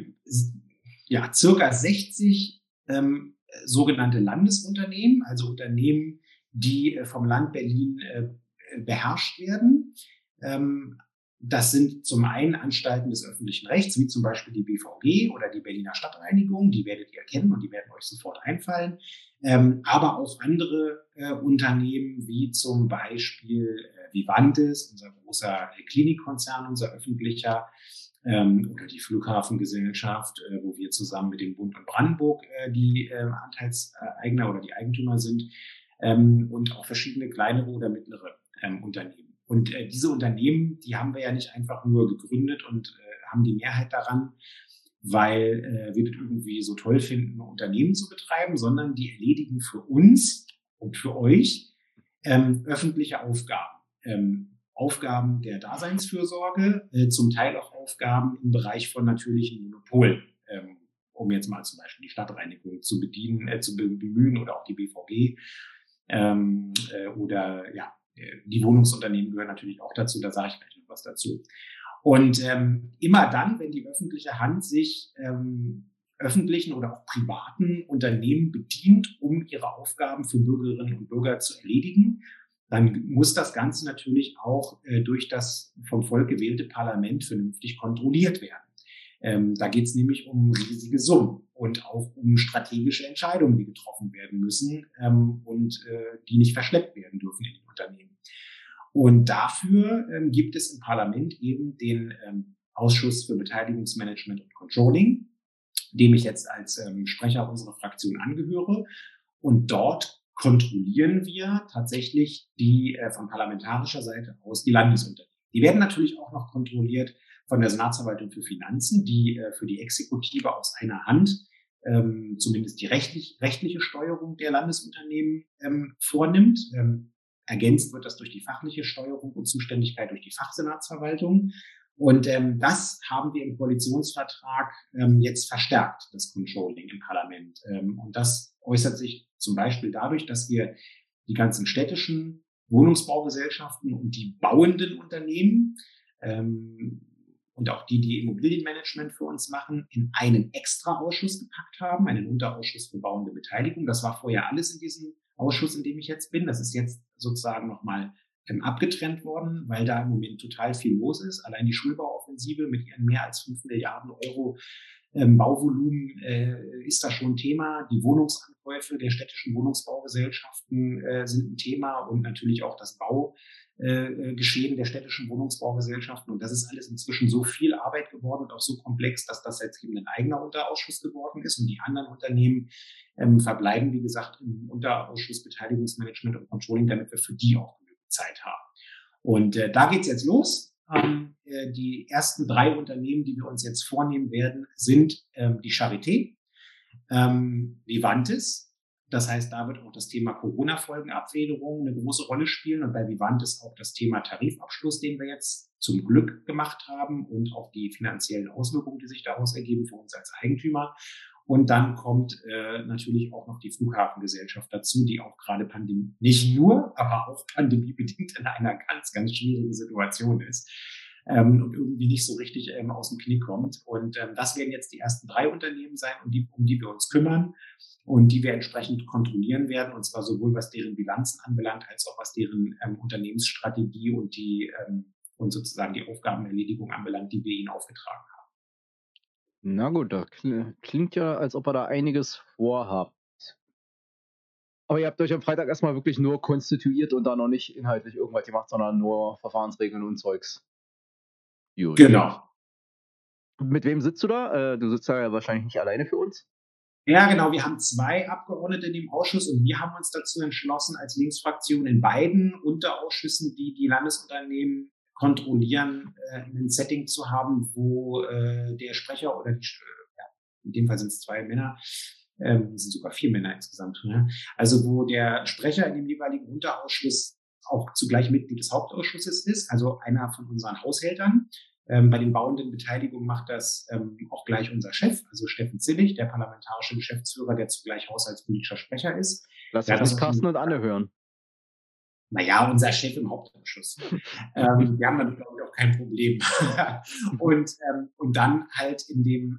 circa 60 sogenannte Landesunternehmen, also Unternehmen, die vom Land Berlin beherrscht werden. Das sind zum einen Anstalten des öffentlichen Rechts, wie zum Beispiel die BVG oder die Berliner Stadtreinigung, die werdet ihr kennen und die werden euch sofort einfallen. Aber auch andere Unternehmen, wie zum Beispiel Vivantes, unser großer Klinikkonzern, unser öffentlicher, oder die Flughafengesellschaft, wo wir zusammen mit dem Bund und Brandenburg die Anteilseigner oder die Eigentümer sind, und auch verschiedene kleinere oder mittlere Unternehmen. Und diese Unternehmen, die haben wir ja nicht einfach nur gegründet und haben die Mehrheit daran, weil wir das irgendwie so toll finden, Unternehmen zu betreiben, sondern die erledigen für uns und für euch öffentliche Aufgaben. Aufgaben der Daseinsfürsorge, zum Teil auch Aufgaben im Bereich von natürlichen Monopolen, um jetzt mal zum Beispiel die Stadtreinigung zu bemühen oder auch die BVG, oder ja, die Wohnungsunternehmen gehören natürlich auch dazu, da sage ich gleich noch was dazu. Und immer dann, wenn die öffentliche Hand sich öffentlichen oder auch privaten Unternehmen bedient, um ihre Aufgaben für Bürgerinnen und Bürger zu erledigen, dann muss das Ganze natürlich auch durch das vom Volk gewählte Parlament vernünftig kontrolliert werden. Da geht es nämlich um riesige Summen und auch um strategische Entscheidungen, die getroffen werden müssen und die nicht verschleppt werden dürfen in den Unternehmen. Und dafür gibt es im Parlament eben den Ausschuss für Beteiligungsmanagement und Controlling, dem ich jetzt als Sprecher unserer Fraktion angehöre. Und dort kontrollieren wir tatsächlich die von parlamentarischer Seite aus die Landesunternehmen. Die werden natürlich auch noch kontrolliert von der Senatsverwaltung für Finanzen, die für die Exekutive aus einer Hand zumindest die rechtliche Steuerung der Landesunternehmen vornimmt. Ergänzt wird das durch die fachliche Steuerung und Zuständigkeit durch die Fachsenatsverwaltung. Und das haben wir im Koalitionsvertrag jetzt verstärkt, das Controlling im Parlament. Und das äußert sich zum Beispiel dadurch, dass wir die ganzen städtischen Wohnungsbaugesellschaften und die bauenden Unternehmen und auch die Immobilienmanagement für uns machen, in einen Extra-Ausschuss gepackt haben, einen Unterausschuss für bauende Beteiligung. Das war vorher alles in diesem Ausschuss, in dem ich jetzt bin. Das ist jetzt sozusagen nochmal abgetrennt worden, weil da im Moment total viel los ist. Allein die Schulbauoffensive mit ihren mehr als 5 Milliarden Euro Bauvolumen ist da schon ein Thema. Die Wohnungsankäufe der städtischen Wohnungsbaugesellschaften sind ein Thema und natürlich auch das Baugeschehen der städtischen Wohnungsbaugesellschaften. Und das ist alles inzwischen so viel Arbeit geworden und auch so komplex, dass das jetzt eben ein eigener Unterausschuss geworden ist. Und die anderen Unternehmen verbleiben, wie gesagt, im Unterausschuss Beteiligungsmanagement und Controlling, damit wir für die auch genügend Zeit haben. Und da geht's jetzt los. Die ersten 3 Unternehmen, die wir uns jetzt vornehmen werden, sind die Charité, Vivantes. Das heißt, da wird auch das Thema Corona-Folgenabfederung eine große Rolle spielen und bei Vivantes auch das Thema Tarifabschluss, den wir jetzt zum Glück gemacht haben und auch die finanziellen Auswirkungen, die sich daraus ergeben für uns als Eigentümer. Und dann kommt natürlich auch noch die Flughafengesellschaft dazu, die auch gerade nicht nur, aber auch pandemiebedingt in einer ganz, ganz schwierigen Situation ist und irgendwie nicht so richtig aus dem Knick kommt. Und das werden jetzt die ersten 3 Unternehmen sein, um die wir uns kümmern und die wir entsprechend kontrollieren werden, und zwar sowohl was deren Bilanzen anbelangt, als auch was deren Unternehmensstrategie und und sozusagen die Aufgabenerledigung anbelangt, die wir ihnen aufgetragen haben. Na gut, das klingt ja, als ob ihr da einiges vorhabt. Aber ihr habt euch am Freitag erstmal wirklich nur konstituiert und da noch nicht inhaltlich irgendwas gemacht, sondern nur Verfahrensregeln und Zeugs. Gut. Genau. Mit wem sitzt du da? Du sitzt ja wahrscheinlich nicht alleine für uns. Ja, genau. Wir haben 2 Abgeordnete in dem Ausschuss und wir haben uns dazu entschlossen, als Linksfraktion in beiden Unterausschüssen, die die Landesunternehmen kontrollieren, ein Setting zu haben, wo der Sprecher oder in dem Fall sind es 2 Männer, es sind sogar 4 Männer insgesamt, ne? Also wo der Sprecher in dem jeweiligen Unterausschuss auch zugleich Mitglied des Hauptausschusses ist, also einer von unseren Haushältern. Bei den bauenden Beteiligungen macht das auch gleich unser Chef, also Steffen Zillig, der parlamentarische Geschäftsführer, der zugleich haushaltspolitischer Sprecher ist. Lass das nicht Carsten und Anne hören. Naja, unser Chef im Hauptausschuss. Wir haben damit, glaube ich, auch kein Problem. Und dann halt in dem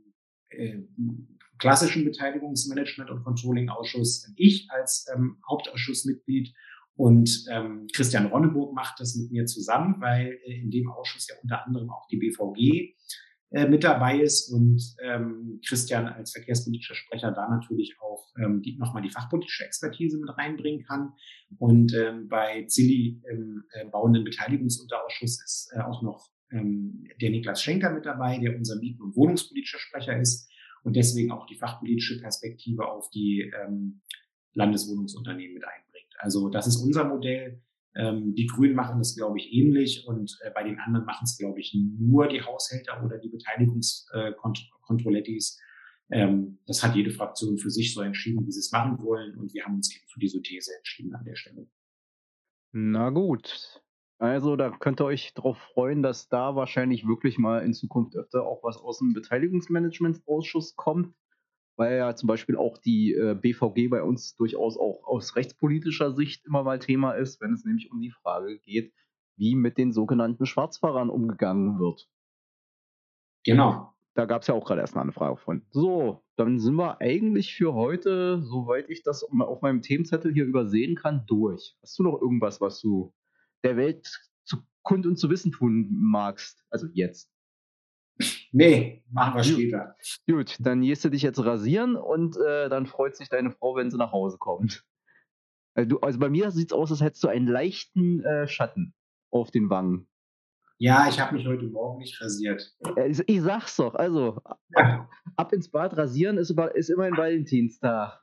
klassischen Beteiligungsmanagement- und Controlling-Ausschuss ich als Hauptausschussmitglied. Und Christian Ronneburg macht das mit mir zusammen, weil in dem Ausschuss ja unter anderem auch die BVG mit dabei ist und Christian als verkehrspolitischer Sprecher da natürlich auch nochmal die fachpolitische Expertise mit reinbringen kann. Und bei Zilli im bauenden Beteiligungsunterausschuss ist auch noch der Niklas Schenker mit dabei, der unser Mieten- und wohnungspolitischer Sprecher ist und deswegen auch die fachpolitische Perspektive auf die Landeswohnungsunternehmen mit einbringt. Also das ist unser Modell. Die Grünen machen das, glaube ich, ähnlich und bei den anderen machen es, glaube ich, nur die Haushälter oder die Beteiligungskontrollettis. Das hat jede Fraktion für sich so entschieden, wie sie es machen wollen und wir haben uns eben für diese These entschieden an der Stelle. Na gut. Also, da könnt ihr euch drauf freuen, dass da wahrscheinlich wirklich mal in Zukunft öfter auch was aus dem Beteiligungsmanagementsausschuss kommt, weil ja zum Beispiel auch die BVG bei uns durchaus auch aus rechtspolitischer Sicht immer mal Thema ist, wenn es nämlich um die Frage geht, wie mit den sogenannten Schwarzfahrern umgegangen wird. Genau. Da gab es ja auch gerade erst mal eine Frage von. So, dann sind wir eigentlich für heute, soweit ich das auf meinem Themenzettel hier übersehen kann, durch. Hast du noch irgendwas, was du der Welt zu kund und zu wissen tun magst? Also jetzt. Nee, machen wir Ju- später. Gut, dann gehst du dich jetzt rasieren und dann freut sich deine Frau, wenn sie nach Hause kommt. Also bei mir sieht es aus, als hättest du einen leichten Schatten auf den Wangen. Ja, ich habe mich heute Morgen nicht rasiert. Ich sag's doch, also Ja. ab ins Bad rasieren ist immerhin Valentinstag.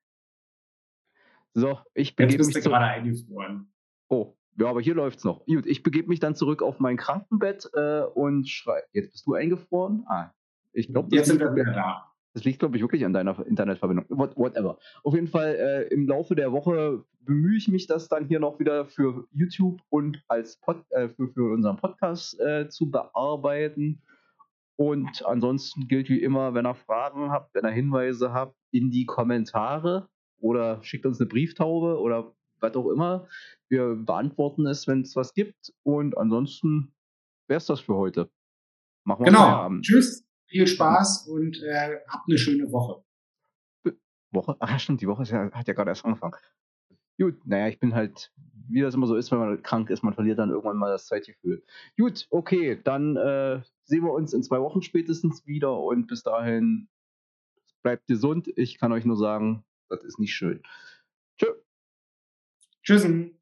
So, ich Jetzt begebe bist mich du zurück. gerade eingefroren. Oh, ja, aber hier läuft's noch. Gut, ich begebe mich dann zurück auf mein Krankenbett und schreibe. Jetzt bist du eingefroren? Ich glaube, Jetzt sind wir wieder da. das liegt, glaube ich, wirklich an deiner Internetverbindung. Whatever. Auf jeden Fall, im Laufe der Woche bemühe ich mich, das dann hier noch wieder für YouTube und als für unseren Podcast zu bearbeiten. Und ansonsten gilt wie immer, wenn ihr Fragen habt, wenn ihr Hinweise habt, in die Kommentare oder schickt uns eine Brieftaube oder was auch immer. Wir beantworten es, wenn es was gibt. Und ansonsten wäre es das für heute. Machen wir Genau. Feierabend. Tschüss, viel Spaß und habt eine schöne Woche. Woche? Ach ja, stimmt, die Woche hat ja gerade erst angefangen. Gut, naja, ich bin halt, wie das immer so ist, wenn man krank ist, man verliert dann irgendwann mal das Zeitgefühl. Gut, okay, dann sehen wir uns in 2 Wochen spätestens wieder und bis dahin bleibt gesund. Ich kann euch nur sagen, das ist nicht schön. Tschö. Tschüssen.